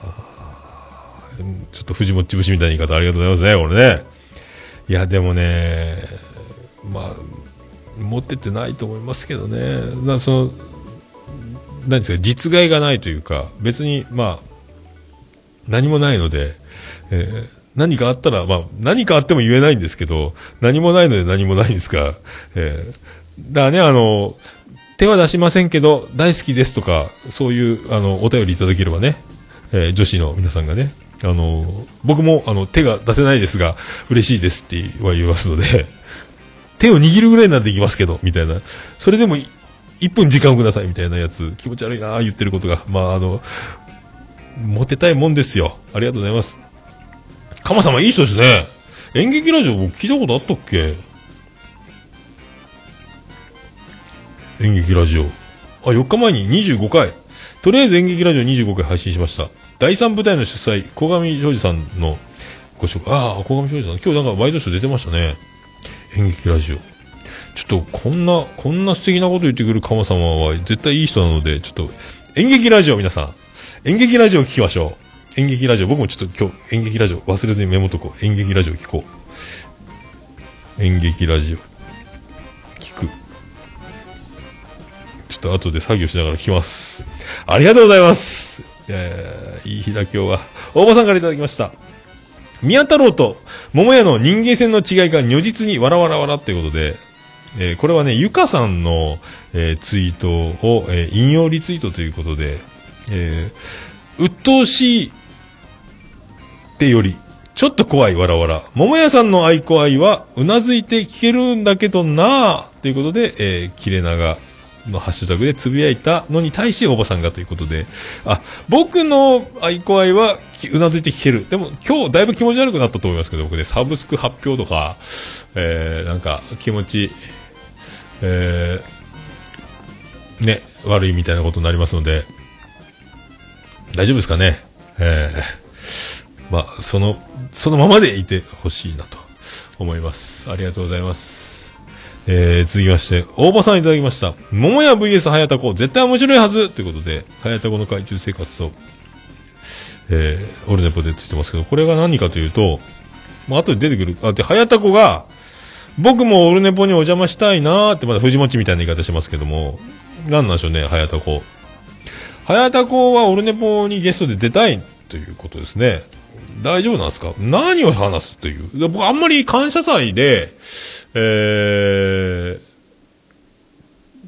ちょっと藤もっち節みたいな言い方ありがとうございますね、これね。いやでもね、まあモテてないと思いますけどね。なその何ですか、実害がないというか、別にまあ何もないので、えー、何かあったら、まあ、何かあっても言えないんですけど、何もないので何もないんですが、えー、だからね、あの、手は出しませんけど、大好きですとか、そういう、あの、お便りいただければね、えー、女子の皆さんがね、あの、僕も、あの、手が出せないですが、嬉しいですっては言いますので、手を握るぐらいならできますけど、みたいな、それでもいっぷん時間をくださいみたいなやつ、気持ち悪いな言ってることが、まあ、あの、モテたいもんですよ。ありがとうございます。かまさまいい人ですね。演劇ラジオ僕聞いたことあったっけ？演劇ラジオ。あ、よっかまえににじゅうごかい。とりあえず演劇ラジオにじゅうごかい配信しました。だいさん部隊の主催、小上庄司さんのご紹介。ああ、小上庄司さん。今日なんかワイドショー出てましたね。演劇ラジオ。ちょっとこんな、こんな素敵なこと言ってくるかまさまは絶対いい人なので、ちょっと演劇ラジオ皆さん。演劇ラジオ聞きましょう。演劇ラジオ、僕もちょっと今日演劇ラジオ忘れずにメモとこう。演劇ラジオ聞こう。演劇ラジオ聞く。ちょっと後で作業しながら聞きます。ありがとうございます。えー、いい日だ今日は。大場さんからいただきました。宮太郎と桃屋の人間性の違いが如実にわらわらわらということで、えー、これはね、ゆかさんの、えー、ツイートを、えー、引用リツイートということで、えー、鬱陶しいってよりちょっと怖いわらわら、桃屋さんの愛子愛はうなずいて聞けるんだけどなぁということで、えー、切れ長のハッシュタグでつぶやいたのに対しおばさんがということで、あ、僕の愛子愛はうなずいて聞ける。でも今日だいぶ気持ち悪くなったと思いますけど、僕ね、サブスク発表とか、えー、なんか気持ち、えー、ね、悪いみたいなことになりますので、大丈夫ですかね。えー、まあ、その、そのままでいてほしいなと思います。ありがとうございます。えー、続きまして、大場さんいただきました。桃屋 ブイエス 早田子、絶対面白いはずということで、早田子の海中生活と、えー、オルネポでついてますけど、これが何かというと、まあ、後で出てくる、あ、で、早田子が、僕もオルネポにお邪魔したいなーって、まだ藤もちみたいな言い方しますけども、なんなんでしょうね、早田子。早田子はオルネポにゲストで出たいということですね。大丈夫なんですか？何を話すという。僕あんまり感謝祭で、えー、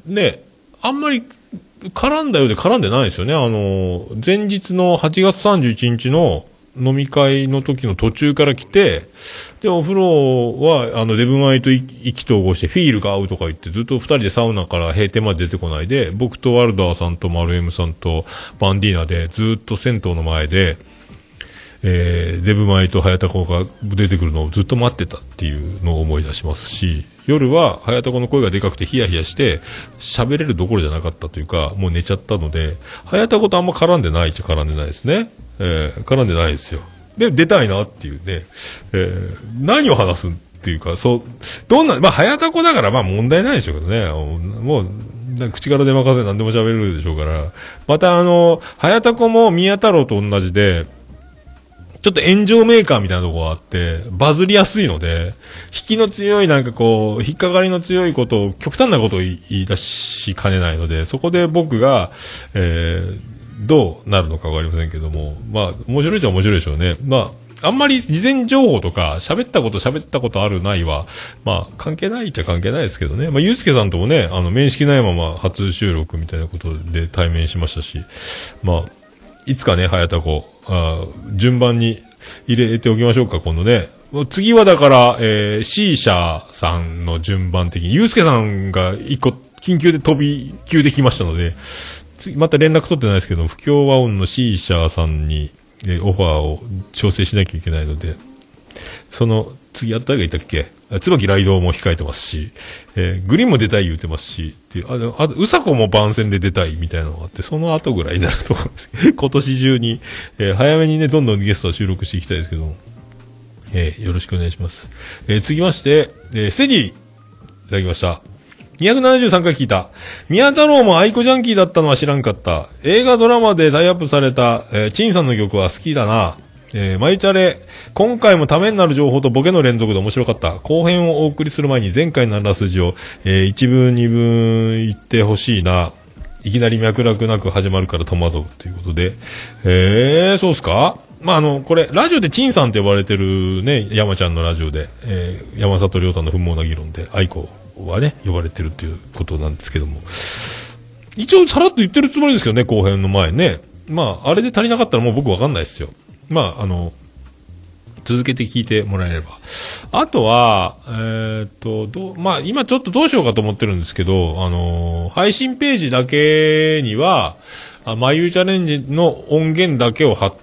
ね、あんまり絡んだようで絡んでないですよね。あの、前日のはちがつさんじゅういちにちの飲み会の時の途中から来て、で、お風呂は、あの、デブマイと意気投合して、フィールが合うとか言って、ずっと二人でサウナから閉店まで出てこないで、僕とワルダーさんとマルエムさんとバンディーナで、ずっと銭湯の前で、えー、デブマイとハヤタコが出てくるのをずっと待ってたっていうのを思い出しますし、夜はハヤタコの声がでかくてヒヤヒヤして喋れるどころじゃなかったというか、もう寝ちゃったので、ハヤタコとあんま絡んでないっちゃ絡んでないですね。えー、絡んでないですよ。で、出たいなっていうね、えー、何を話すっていうか、そう、どんな、まあ、ハヤタコだからまあ問題ないでしょうけどね、もう、口から出まかせ何でも喋れるでしょうから、またあの、ハヤタコも宮太郎と同じで、ちょっと炎上メーカーみたいなところがあって、バズりやすいので、引きの強いなんかこう、引っかかりの強いことを、極端なことを言い出しかねないので、そこで僕が、えー、どうなるのかわかりませんけども、まあ、面白いっちゃ面白いでしょうね。まあ、あんまり事前情報とか、喋ったこと喋ったことあるないは、まあ、関係ないっちゃ関係ないですけどね。まあ、ゆうすけさんともね、あの、面識ないまま初収録みたいなことで対面しましたし、まあ、いつかね、はやたこ、あ順番に入れておきましょうか、今度ね。次はだから、えー、C 社さんの順番的に、ゆうすけさんが一個、緊急で飛び級できましたので、次、また連絡取ってないですけど、不協和音の C 社さんに、えー、オファーを調整しなきゃいけないので、その、次やったらがいたっけ、椿ライドも控えてますし、えー、グリーンも出たい言うてますし、ってあの、あと、うさこも番宣で出たいみたいなのがあって、その後ぐらいになると思うんですけど、今年中に、えー、早めにね、どんどんゲストは収録していきたいですけども、えー、よろしくお願いします。えー、続きまして、えー、セディ、いただきました。にひゃくななじゅうさんかい聞いた。宮太郎も愛子ジャンキーだったのは知らんかった。映画ドラマでタイアップされた、えー、チンさんの曲は好きだな。えー、マユチャレ、今回もためになる情報とボケの連続で面白かった。後編をお送りする前に前回のあらすじを、えー、一文二文言ってほしいな。いきなり脈絡なく始まるから戸惑うということで。えー、そうっすか？まあ、あの、これ、ラジオでチンさんって呼ばれてるね、山ちゃんのラジオで、えー、山里亮太の不毛な議論で、愛子はね、呼ばれてるっていうことなんですけども。一応さらっと言ってるつもりですけどね、後編の前ね。まあ、あれで足りなかったらもう僕わかんないですよ。まあ、あの、続けて聞いてもらえれば。あとは、えー、っと、どう、まあ、今ちょっとどうしようかと思ってるんですけど、あのー、配信ページだけには、あ、まゆチャレンジの音源だけを貼って、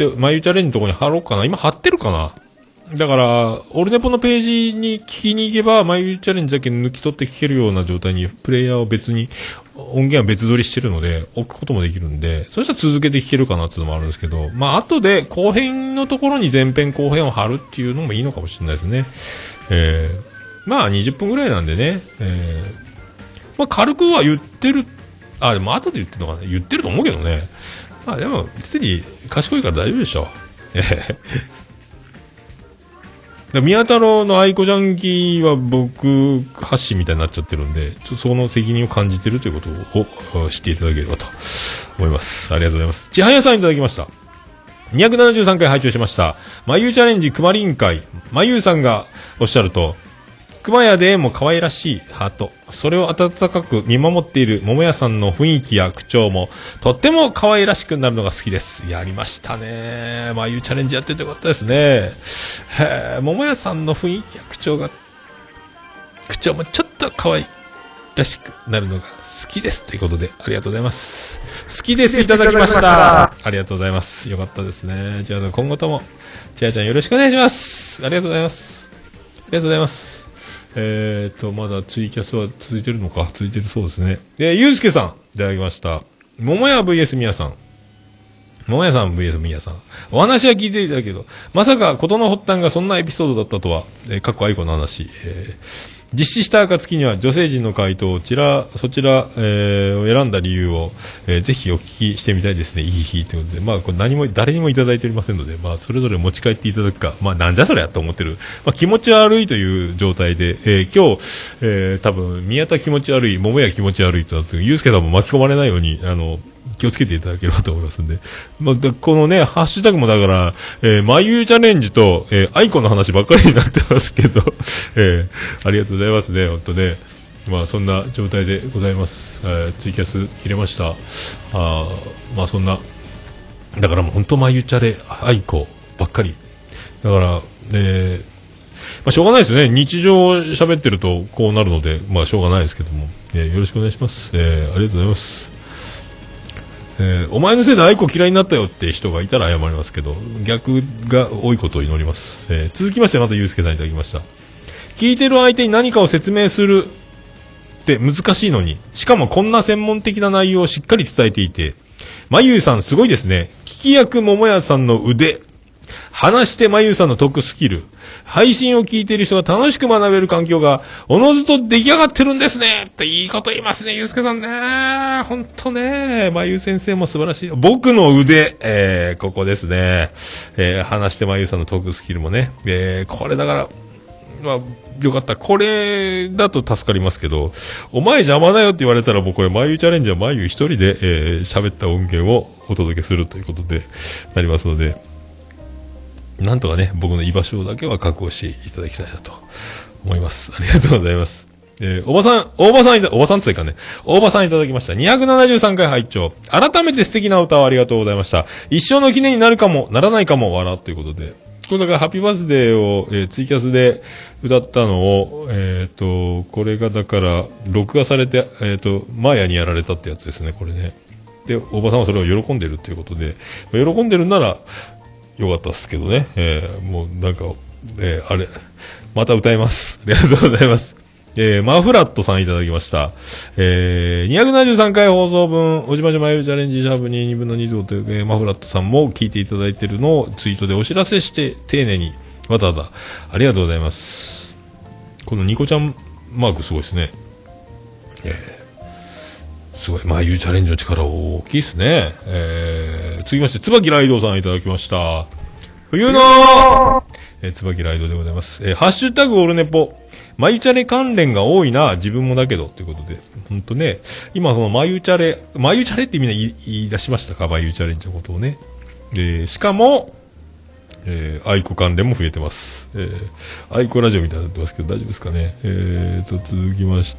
まゆチャレンジのところに貼ろうかな。今貼ってるかな。だから、オルネポのページに聞きに行けば、まゆチャレンジだけ抜き取って聞けるような状態に、プレイヤーを別に、音源は別撮りしてるので、置くこともできるんで、そしたら続けて聞けるかなっていうのもあるんですけど、まあ、後で後編のところに前編後編を貼るっていうのもいいのかもしれないですね。えー、まあ、にじゅっぷんぐらいなんでね、えー、まあ、軽くは言ってる、あ、でも後で言ってるのかな、言ってると思うけどね。まあ、でも、別に賢いから大丈夫でしょ。え宮太郎の愛子ジャンキーは僕発信みたいになっちゃってるんで、ちょっとその責任を感じてるということを知っていただければと思います。ありがとうございます。ちはやさんいただきました。にひゃくななじゅうさんかい拝聴しました。まゆチャレンジくまりん会。まゆさんがおっしゃると、熊谷でも可愛らしいハート。それを温かく見守っている桃屋さんの雰囲気や口調もとっても可愛らしくなるのが好きです。やりましたね。まあいうチャレンジやっててよかったですね。へえ、桃屋さんの雰囲気や口調が、口調もちょっと可愛らしくなるのが好きです。ということで、ありがとうございます。好きです。いただきました。ありがとうございます。よかったですね。じゃあ今後とも、ちやちゃんよろしくお願いします。ありがとうございます。ありがとうございます。えーと、まだツイキャスは続いてるのか続いてるそうですね。で、ゆうすけさん、いただきました。桃屋 ブイエス みやさん。桃屋さん ブイエス みやさん。お話は聞いていたけど、まさか事の発端がそんなエピソードだったとは、えー、かっこ愛子の話。えー実施した暁には女性陣の回答をちらそちら、えー、を選んだ理由を、えー、ぜひお聞きしてみたいですね。いい日ということで、まあこれ何も誰にもいただいておりませんので、まあそれぞれ持ち帰っていただくか、まあなんじゃそれやと思ってる、まあ気持ち悪いという状態で、えー、今日、えー、多分宮田気持ち悪い、桃屋気持ち悪いとなって、ゆうすけさんも巻き込まれないようにあの気をつけていただければと思いますんで、まあ、このねハッシュタグもだから、えー、まゆチャレンジと、えー、アイコの話ばっかりになってますけど、えー、ありがとうございますね。本当ね、 まあそんな状態でございます。えー、ツイキャス切れました。あまあそんなだからもう本当マユチャレアイコばっかりだから、えー、まあしょうがないですよね。日常喋ってるとこうなるのでまあしょうがないですけども、えー、よろしくお願いします。えー、ありがとうございます。えー、お前のせいでアイコ嫌いになったよって人がいたら謝りますけど逆が多いことを祈ります。えー、続きましてまたゆうすけさんいただきました。聞いてる相手に何かを説明するって難しいのに、しかもこんな専門的な内容をしっかり伝えていて、まゆうさんすごいですね。聞き役桃屋さんの腕、話してまゆうさんのトークスキル、配信を聞いている人が楽しく学べる環境がおのずと出来上がってるんですねっていいこと言いますね、ゆうすけさんね。ほんとね、まゆう先生も素晴らしい。僕の腕、えー、ここですね。えー、話してまゆうさんのトークスキルもね、えー、これだから、まあ、よかった。これだと助かりますけど、お前邪魔だよって言われたらもうこれ、まゆチャレンジはまゆ一人で、えー、喋った音源をお届けするということで、なりますので、なんとかね、僕の居場所だけは確保していただきたいなと思います。ありがとうございます。えー、おばさん、おばさんいた、おばさんついかね、おばさんいただきました。にひゃくななじゅうさんかい拝聴。改めて素敵な歌をありがとうございました。一生の記念になるかも、ならないかも、笑ということで。これだからハッピーバースデーを、えー、ツイキャスで歌ったのを、えっ、ー、と、これがだから、録画されて、えっ、ー、と、マーヤにやられたってやつですね、これね。で、おばさんはそれを喜んでるっていうことで、喜んでるなら、よかったっすけどね、えー、もうなんか、えー、あれ、また歌います。ありがとうございます。えー、マフラットさんいただきました。えー、にひゃくななじゅうさんかい放送分、おじまじまゆうチャレンジシャープににぶんのに乗という、えー、マフラットさんも聞いていただいているのをツイートでお知らせして、丁寧に、わざわざ、ありがとうございます。このニコちゃんマークすごいですね。えー、すごい、まあ、ゆうチャレンジの力大きいですね。えー、続きまして、椿ライドさんいただきました。冬のえー、椿ライドでございます。えー、ハッシュタグオルネポ。マユチャレ関連が多いな、自分もだけど、ということで。ほんとね、今そのマユチャレ、マユチャレってみんな言い、言い出しましたか、マユチャレンジのことをね。えー、しかも、えー、アイコ関連も増えてます。えー、アイコラジオみたいになってますけど、大丈夫ですかね。えーと、続きまして、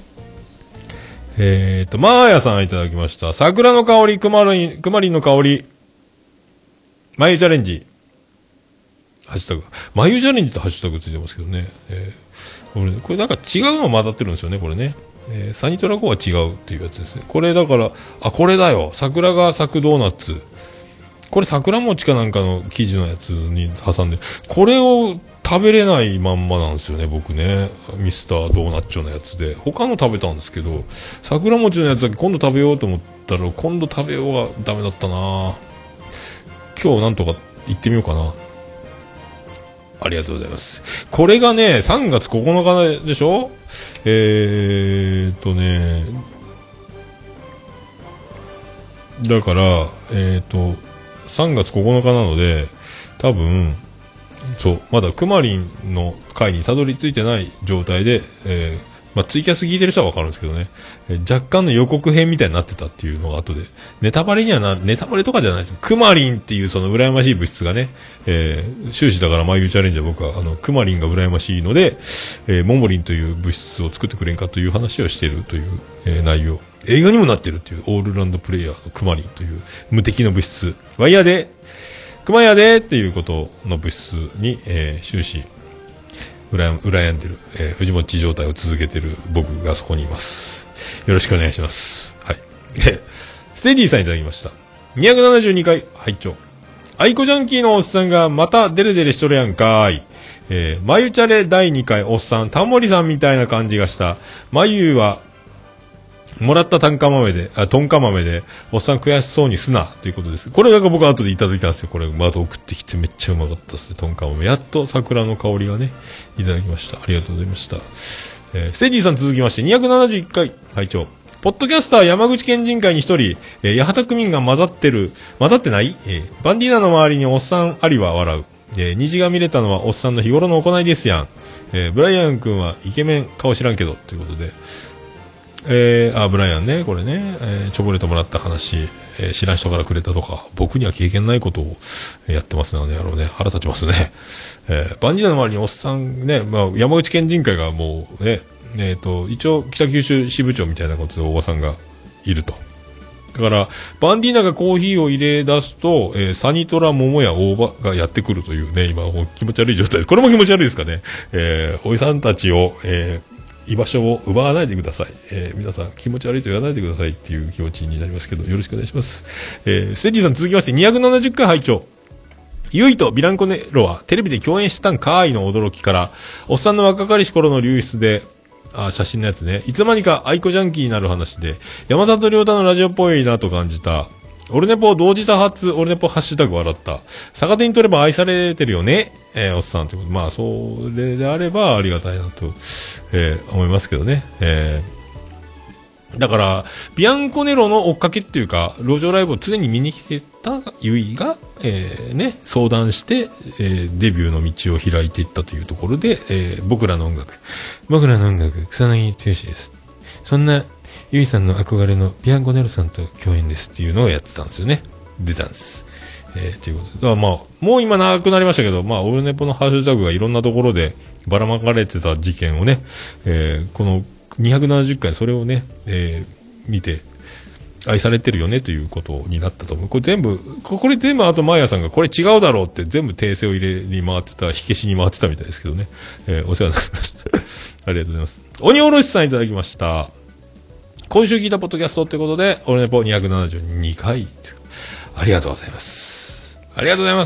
えーと、マーヤさんいただきました。桜の香り、クマリン、クマリンの香り、マユチャレンジ。ハッシュタグ。マユチャレンジってハッシュタグついてますけどね。えー、これ、これなんか違うの混ざってるんですよね、これね。えー、サニトラゴは違うっていうやつですね。これだから、あ、これだよ。桜が咲くドーナツ。これ桜餅かなんかの生地のやつに挟んで、これを食べれないまんまなんですよね、僕ね。ミスタードーナッチョのやつで。他の食べたんですけど、桜餅のやつだけ今度食べようと思ったら、今度食べようがダメだったな。今日なんとか行ってみようかな。ありがとうございます。これがね、さんがつここのかでしょ？えーっとね、だから、えーっと、さんがつここのかなので、多分、そう、まだクマリンの回にたどり着いてない状態で、えー、まあ、ツイキャス聞いてる人はわかるんですけどね、えー、若干の予告編みたいになってたっていうのが後で、ネタバレにはな、ネタバレとかじゃないです。クマリンっていうその羨ましい物質がね、えー、終始だからマイユーチャレンジは僕は、あの、クマリンが羨ましいので、えー、モモリンという物質を作ってくれんかという話をしているという、えー、内容。映画にもなってるっていう、オールラウンドプレイヤーのクマリンという無敵の物質。ワイヤーで、クマヤでっていうことの物質に、えー、終始、羨んでる、えー、藤持ち状態を続けてる僕がそこにいます。よろしくお願いします。はい。ステディさんいただきました。にひゃくななじゅうにかい、拝聴。アイコジャンキーのおっさんがまたデレデレしとるやんかーい。えー、マユチャレだいにかい、おっさん、タモリさんみたいな感じがした。マユは、もらったタンカ豆で、あ、トンカ豆で、おっさん悔しそうにすな、ということです。これなんか僕後でいただいたんですよ。これ、また送ってきてめっちゃうまかったですね、トンカ豆。やっと桜の香りがね、いただきました。ありがとうございました。えー、ステディさん続きまして、にひゃくななじゅういっかい、会長。ポッドキャスター山口県人会に一人、えー、八幡区民が混ざってる、混ざってない、えー、バンディーナの周りにおっさんありは笑う。えー、虹が見れたのはおっさんの日頃の行いですやん。えー、ブライアン君はイケメン顔知らんけど、ということで。えー、あ、ブライアンね、これね、えー、チョコレートもらった話、えー、知らん人からくれたとか、僕には経験ないことをやってますね、あの野郎ね、腹立ちますね。えー、バンディーナの周りにおっさんね、まあ、山口県人会がもうね、 えっと、一応北九州支部長みたいなことで大場さんがいると。だから、バンディーナがコーヒーを入れ出すと、えー、サニトラ、桃や大場がやってくるというね、今、気持ち悪い状態です。これも気持ち悪いですかね。えー、おじさんたちを、えー、居場所を奪わないでください。えー、皆さん気持ち悪いと言わないでくださいっていう気持ちになりますけど、よろしくお願いします。えー、ステッジさん続きましてにひゃくななじゅっかい拝聴。ユイとビランコネロはテレビで共演したんかーいの驚きから、おっさんの若かりし頃の流出で、あ、写真のやつね。いつまにかアイコジャンキーになる話で、山里亮太のラジオっぽいなと感じた。オルネポ同時多発、オルネポハッシュタグ笑った。逆手に取れば愛されてるよね。えー、おっさんということ。まあ、それであればありがたいなと、えー、思いますけどね。えーだから、ビアンコネロの追っかけっていうか、路上ライブを常に見に来てたユイが、えー、ね、相談して、えー、デビューの道を開いていったというところで、えー、僕らの音楽。僕らの音楽、草薙剛です。そんな、ユイさんの憧れのビアンコネロさんと共演ですっていうのをやってたんですよね。出たんです。えー、ということで。だからまあ、もう今なくなりましたけど、まあ、オルネポのハッシュタグがいろんなところでばらまかれてた事件をね、えー、この、にひゃくななじゅっかいそれをね、えー、見て愛されてるよねということになったと思う。これ全部これ全部あとマーヤさんがこれ違うだろうって全部訂正を入れに回ってた、火消しに回ってたみたいですけどね、えー、お世話になりましたありがとうございます。鬼おろしさんいただきました。今週聞いたポッドキャストってことでオルネポにひゃくななじゅうにかいありがとうございます。ありがとうございます。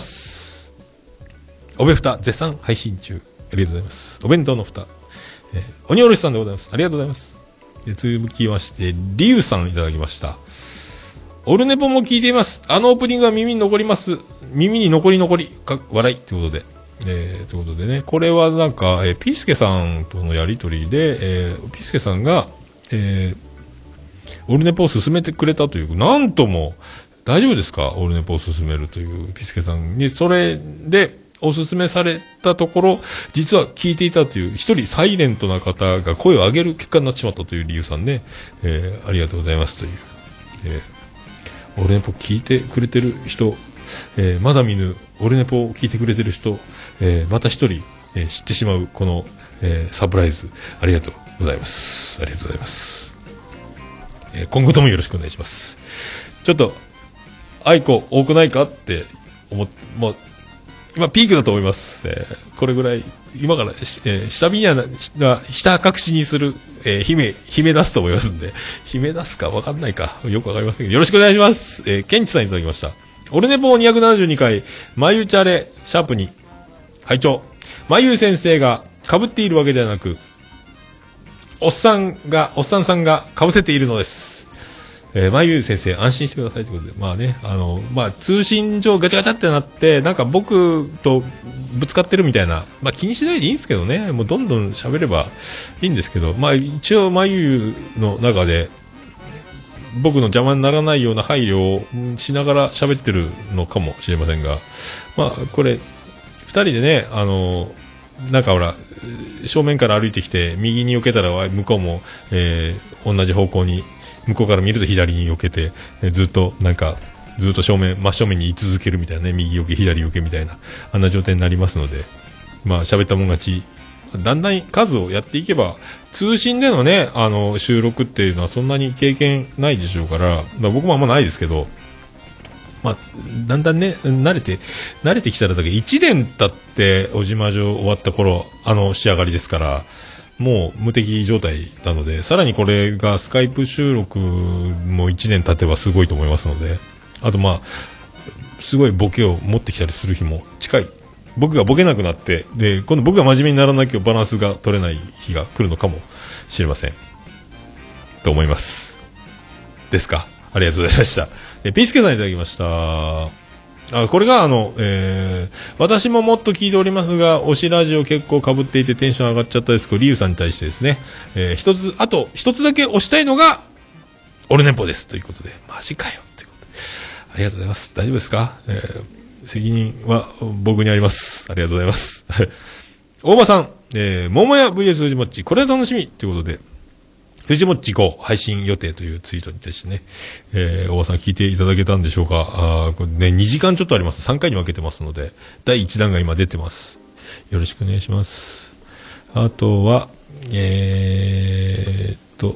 おべふた絶賛配信中。ありがとうございます。お弁当のふたえー、鬼おろしさんでございます。ありがとうございます。で続きましてリュウさんいただきました。オルネポも聞いています。あのオープニングは耳に残ります。耳に残り残りか笑いということで、えー、ということでね、これはなんか、えー、ピースケさんとのやりとりで、えー、ピースケさんが、えー、オルネポを進めてくれたという、なんとも大丈夫ですか、オルネポを進めるというピースケさんにそれでおすすめされたところ、実は聞いていたという一人サイレントな方が声を上げる結果になってしまったという理由さんね、えー、ありがとうございますという、えー、オルネポ聞いてくれてる人、えー、まだ見ぬオルネポを聞いてくれてる人、えー、また一人、えー、知ってしまうこの、えー、サプライズありがとうございます。ありがとうございます、えー、今後ともよろしくお願いします。ちょっとアイコ多くないかって思って、もう今ピークだと思います。えー、これぐらい今から、えー、下見にはひた隠しにする、えー、姫姫出すと思いますんで、姫出すか分かんないかよく分かりませんけどよろしくお願いします。えー、ケンチさんいただきました。オルネポにひゃくななじゅうにかいまゆチャレシャープに拝聴。まゆ先生が被っているわけではなく、おっさんがおっさんさんが被せているのです。えー、まゆ先生安心してくださいということで、まあね、あの、まあ通信上ガチャガチャってなって、なんか僕とぶつかってるみたいな、まあ気にしないでいいんですけどね、もうどんどん喋ればいいんですけど、まあ一応まゆの中で、僕の邪魔にならないような配慮をしながら喋ってるのかもしれませんが、まあこれ、二人でね、あの、なんかほら、正面から歩いてきて、右に避けたら向こうも、えー、同じ方向に、向こうから見ると左に避けて、えー、ずっとなんかずっと正面真正面に居続けるみたいなね、右避け左避けみたいなあんな状態になりますので、まあ喋ったもん勝ち。だんだん数をやっていけば通信でのね、あの収録っていうのはそんなに経験ないでしょうから、まあ、僕もあんまないですけど、まあだんだんね慣れて慣れてきたらだけいちねん経って小島城終わった頃あの仕上がりですから。もう無敵状態なので、さらにこれがスカイプ収録もいちねん経てばすごいと思いますので、あとまあすごいボケを持ってきたりする日も近い。僕がボケなくなって、で今度僕が真面目にならなきゃバランスが取れない日が来るのかもしれませんと思います。ですか。ありがとうございました。えピースケさんいただきました。あ、これがあの、えー、私ももっと聞いておりますが、推しラジオ結構被っていてテンション上がっちゃったですけど、リュウさんに対してですね、えー、一つ、あと一つだけ推したいのが、オルネポですということで、マジかよということで、ありがとうございます。大丈夫ですか、えー、責任は僕にあります。ありがとうございます。大場さん、えー、桃屋 ブイエス 藤もっち、これは楽しみということで、藤もっちご配信予定というツイートに対してね、えー、大場さん聞いていただけたんでしょうか。あこれね、にじかんちょっとあります。さんかいに分けてますので、だいいちだんが今出てます。よろしくお願いします。あとは、 えーっと、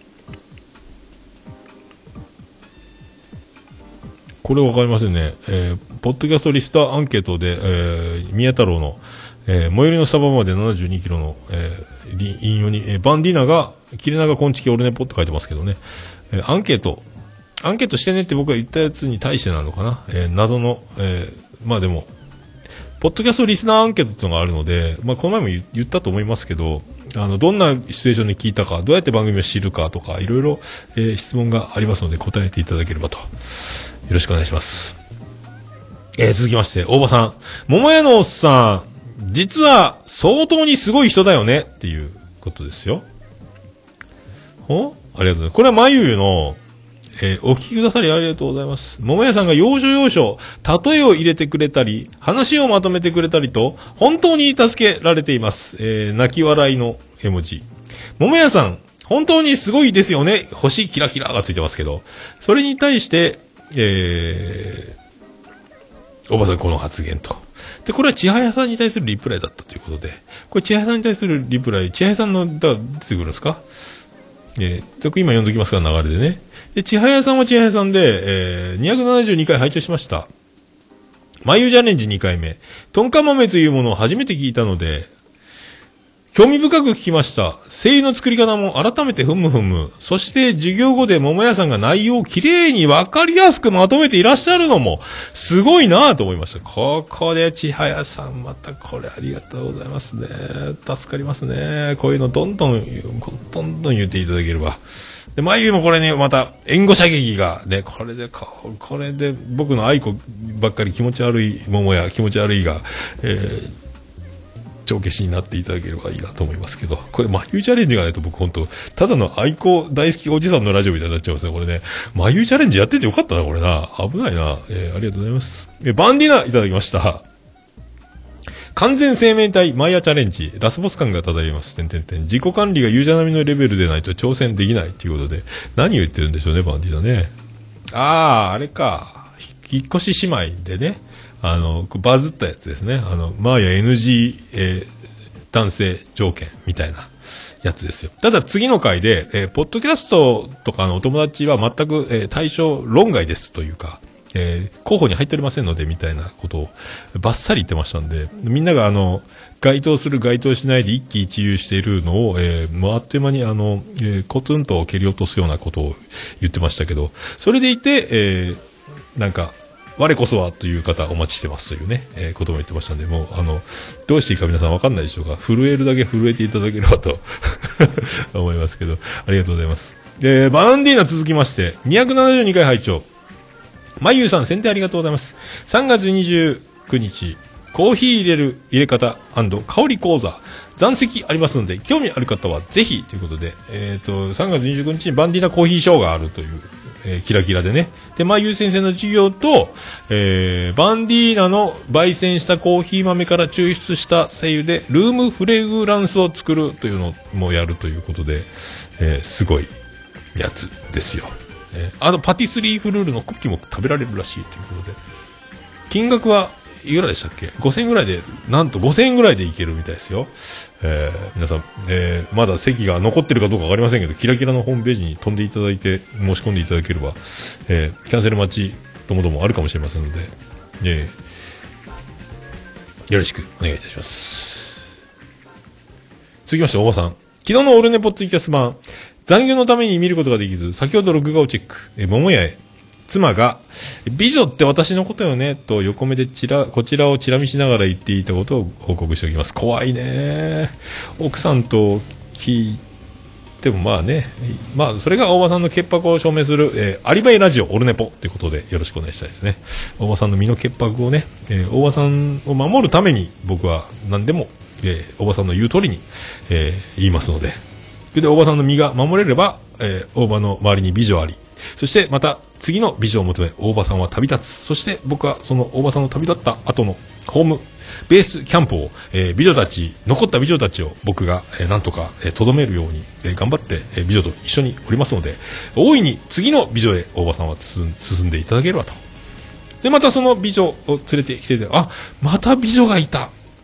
これわかりませんね。えー、ポッドキャストリスターアンケートで、えー、宮太郎の、えー、最寄りのスタバまでななじゅうにキロの、えー、引用に、えー、バンディーナが、切れ長コンチキオルネポって書いてますけどね。えー、アンケート、アンケートしてねって僕が言ったやつに対してなのかな。えー、謎の、えー、まあでも、ポッドキャストリスナーアンケートっていうのがあるので、まあこの前も言ったと思いますけど、あの、どんなシチュエーションで聞いたか、どうやって番組を知るかとか、いろいろ、えー、質問がありますので答えていただければと。よろしくお願いします。えー、続きまして、大場さん。桃屋のおっさん、実は相当にすごい人だよねっていうことですよ。ほありがとうございます。これはまゆゆの、えー、お聞きくださりありがとうございます。桃屋さんが要所要所、例えを入れてくれたり、話をまとめてくれたりと、本当に助けられています。えー、泣き笑いの絵文字。桃屋さん、本当にすごいですよね。星キラキラがついてますけど。それに対して、えー、おばさんこの発言と。で、これは千早さんに対するリプライだったということで。これ千早さんに対するリプライ、千早さんの、だ、出てくるんですか？えー、今読んどきますから、流れでね。で、千早さんは千早さんで、えー、にひゃくななじゅうにかい拝聴しました。眉チャレンジにかいめ。トンカ豆というものを初めて聞いたので、興味深く聞きました。声優の作り方も改めてふむふむ。そして授業後で桃屋さんが内容をきれいにわかりやすくまとめていらっしゃるのも、すごいなぁと思いました。ここで千早さん、またこれありがとうございますね。助かりますね。こういうのどんどん、どんどん言っていただければ。で、眉もこれね、また、援護射撃が、ね、これで、これで僕の愛子ばっかり気持ち悪い桃屋、気持ち悪いが、えー、帳消しになっていただければいいなと思いますけど、これ眉チャレンジがないと僕本当ただの愛子大好きおじさんのラジオみたいになっちゃいますね、これね。眉チャレンジやっててよかったな、これな。危ないな。えー、ありがとうございます。え、バンディナいただきました。完全生命体マイヤチャレンジ、ラスボス感が漂います。点々点。自己管理がユーザー並みのレベルでないと挑戦できないということで、何を言ってるんでしょうね、バンディナね。あー、あれか。引っ越し姉妹でね。あの、バズったやつですね。あの、マーヤ エヌジー、えー、男性条件みたいなやつですよ。ただ次の回で、えー、ポッドキャストとかのお友達は全く、えー、対象論外ですというか、えー、候補に入っておりませんので、みたいなことをバッサリ言ってましたんで、みんながあの、該当する該当しないで一喜一憂しているのを、えー、もうあっという間にあの、えー、コツンと蹴り落とすようなことを言ってましたけど、それでいて、えー、なんか、我こそはという方お待ちしてますというね、えー、ことも言ってましたんで、もうあのどうしていいか皆さんわかんないでしょうか。震えるだけ震えていただければと思いますけど、ありがとうございます。で、バンディーナ続きましてにひゃくななじゅうにかい拝聴。まゆうさん選定ありがとうございます。さんがつにじゅうくにちコーヒー入れる入れ方&香り講座残席ありますので、興味ある方はぜひということで、えっとさんがつにじゅうくにちにバンディーナコーヒーショーがあるという。えー、キラキラでね。で、まゆう先生の授業と、えー、バンディーナの焙煎したコーヒー豆から抽出した精油で、ルームフレグランスを作るというのもやるということで、えー、すごいやつですよ。えー、あの、パティスリーフルールのクッキーも食べられるらしいということで。金額はいくらでしたっけ ?ごせんえんぐらいで、なんとごせんえんぐらいでいけるみたいですよ。えー、皆さん、えー、まだ席が残ってるかどうかわかりませんけど、キラキラのホームページに飛んでいただいて、申し込んでいただければ、えー、キャンセル待ちともどもあるかもしれませんので、えー、よろしくお願いいたします。続きまして、大場さん。昨日のオルネポツイキャス版、残業のために見ることができず、先ほど録画をチェック、えー、桃屋へ。妻が、美女って私のことよね、と横目でちら、こちらをチラ見しながら言っていたことを報告しておきます。怖いね。奥さんと聞いてもまあね、まあそれが大場さんの潔白を証明する、えー、アリバイラジオオルネポということでよろしくお願いしたいですね。大場さんの身の潔白をね、えー、大場さんを守るために僕は何でも、えー、大場さんの言う通りに、えー、言いますので、それで大場さんの身が守れれば、えー、大場の周りに美女あり、そしてまた次の美女を求め大場さんは旅立つ。そして僕はその大場さんの旅立った後のホームベースキャンプを、えー、美女たち残った美女たちを僕が、えー、なんとかとど、えー、めるように、えー、頑張って、えー、美女と一緒におりますので、大いに次の美女へ大場さんは進んでいただければと。でまたその美女を連れてきてて、あまた美女がいた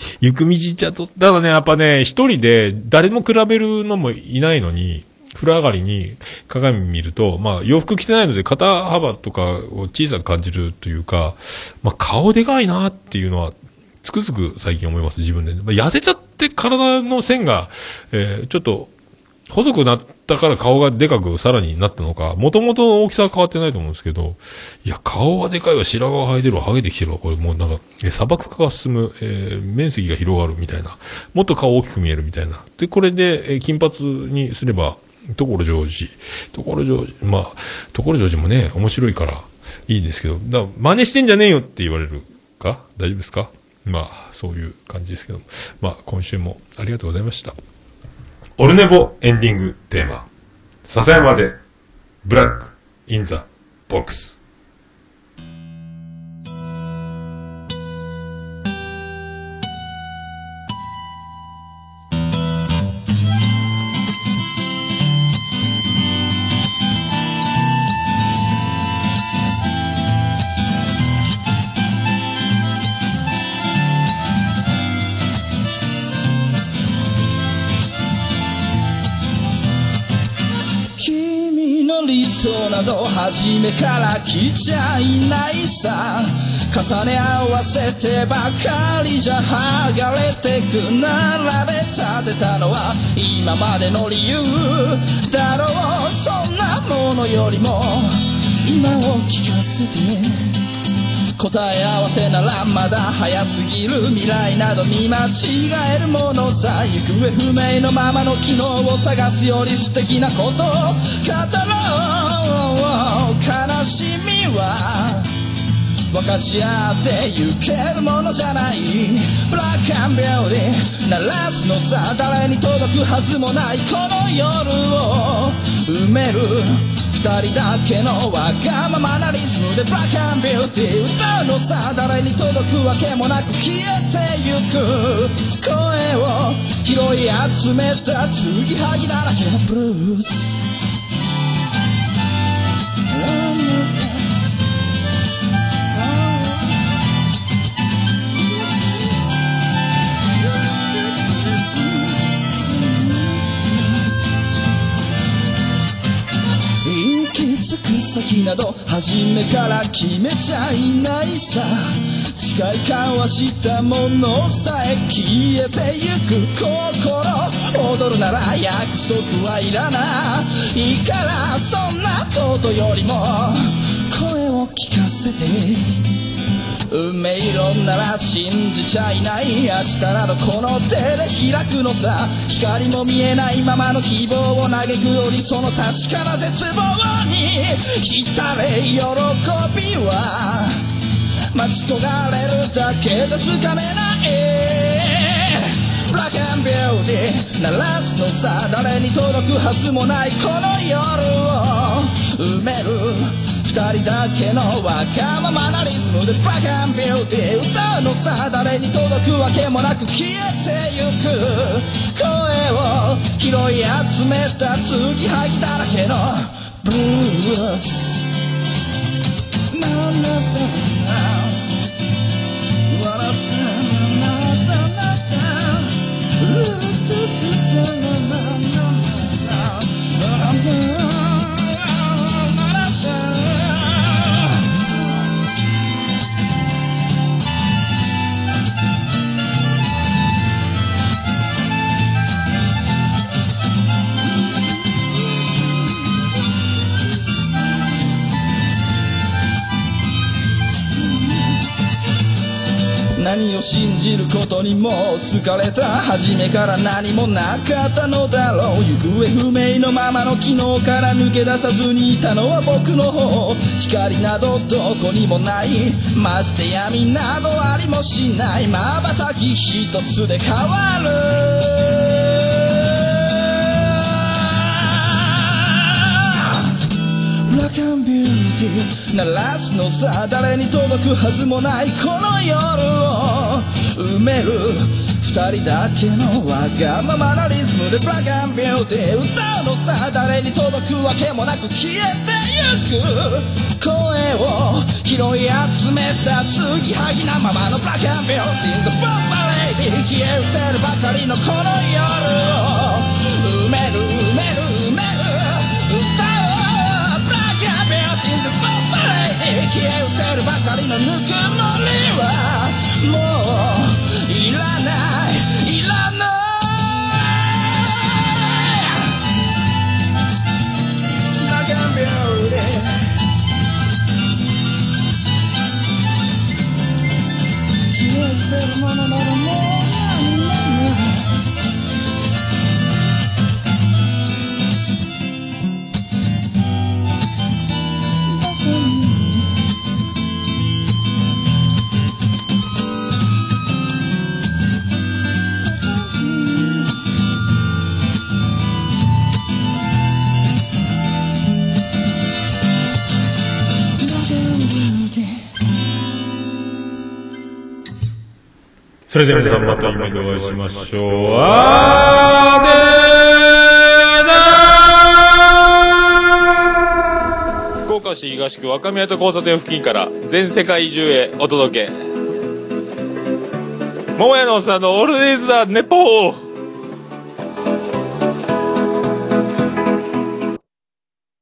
行く道じゃと、だからね、やっぱね、一人で誰も比べるのもいないのに、風呂上がりに鏡見ると、まあ洋服着てないので肩幅とかを小さく感じるというか、まあ顔でかいなっていうのは、つくづく最近思います、自分で。まあ、痩せちゃって体の線が、えー、ちょっと、細くなったから顔がでかくさらになったのか、もともとの大きさは変わってないと思うんですけど、いや、顔はでかいわ、白髪が生えてるわ、ハゲてきてるわ、これもうなんか、え砂漠化が進む、えー、面積が広がるみたいな、もっと顔大きく見えるみたいな。で、これで、えー、金髪にすれば、所ジョージ、所ジョージ、まあ、所ジョージもね、面白いからいいんですけど、だ真似してんじゃねえよって言われるか大丈夫ですか？まあ、そういう感じですけど、まあ、今週もありがとうございました。オルネボエンディングテーマ、笹山でブラックインザボックス。 理想など初めから来ちゃいないさ、重ね合わせてばかりじゃ剥がれてく、並べ立てたのは今までの理由だろう。そんなものよりも今を聞かせて、答え合わせならまだ早すぎる、未来など見間違えるものさ、行方不明のままの昨日を探すより素敵なことを語ろう。悲しみは分かち合ってゆけるものじゃない、ブラックアンビューティー鳴らすのさ、誰に届くはずもないこの夜を埋める二人だけのわがままなリズムでブラックアンビューティー歌うのさ、誰に届くわけもなく消えてゆく、声を拾い集めた継ぎはぎだらけのブルース。先など初めから決めちゃいないさ、誓い交わしたものさえ消えてゆく、心踊るなら約束はいらないから、そんなことよりも声を聞かせて、運命論なら信じちゃいない、明日などこの手で開くのさ、光も見えないままの希望を嘆くより、その確かな絶望に浸れ喜びは待ち焦がれるだけじゃつかめない、ブラックアンビューティー鳴らすのさ、誰に届くはずもないこの夜を埋める二人だけのわがままなリズムでブラックアンビューティー歌うのさ、誰に届くわけもなく消えてゆく、声を拾い集めた継ぎはぎだらけのブルース。何を信じることにも疲れた、初めから何もなかったのだろう、行方不明のままの昨日から抜け出さずにいたのは僕の方、光などどこにもない、まして闇などありもしない、瞬き一つで変わるブラックアンビューティー鳴らすのさ、誰に届くはずもないこの夜を埋める二二人だけのわがままなリズムでブラガンビューティー歌うのさ、誰に届くわけもなく消えてゆく声を拾い集めた継ぎはぎなままのブラガンビューティー The Bomb Lady 消え失せるばかりのこの夜を埋める埋める埋める歌をブラガンビューティー The Bomb Lady 消え失せるばかりのぬくもりはもういらないいらないブラガンビューティーものならもうそれでは皆さんまた夢でお会いしましょう。あーでーだー。 福岡市東区若宮と交差点付近から全世界中へお届け。桃屋のおっさんのオールディーズ・ザ・ネポー。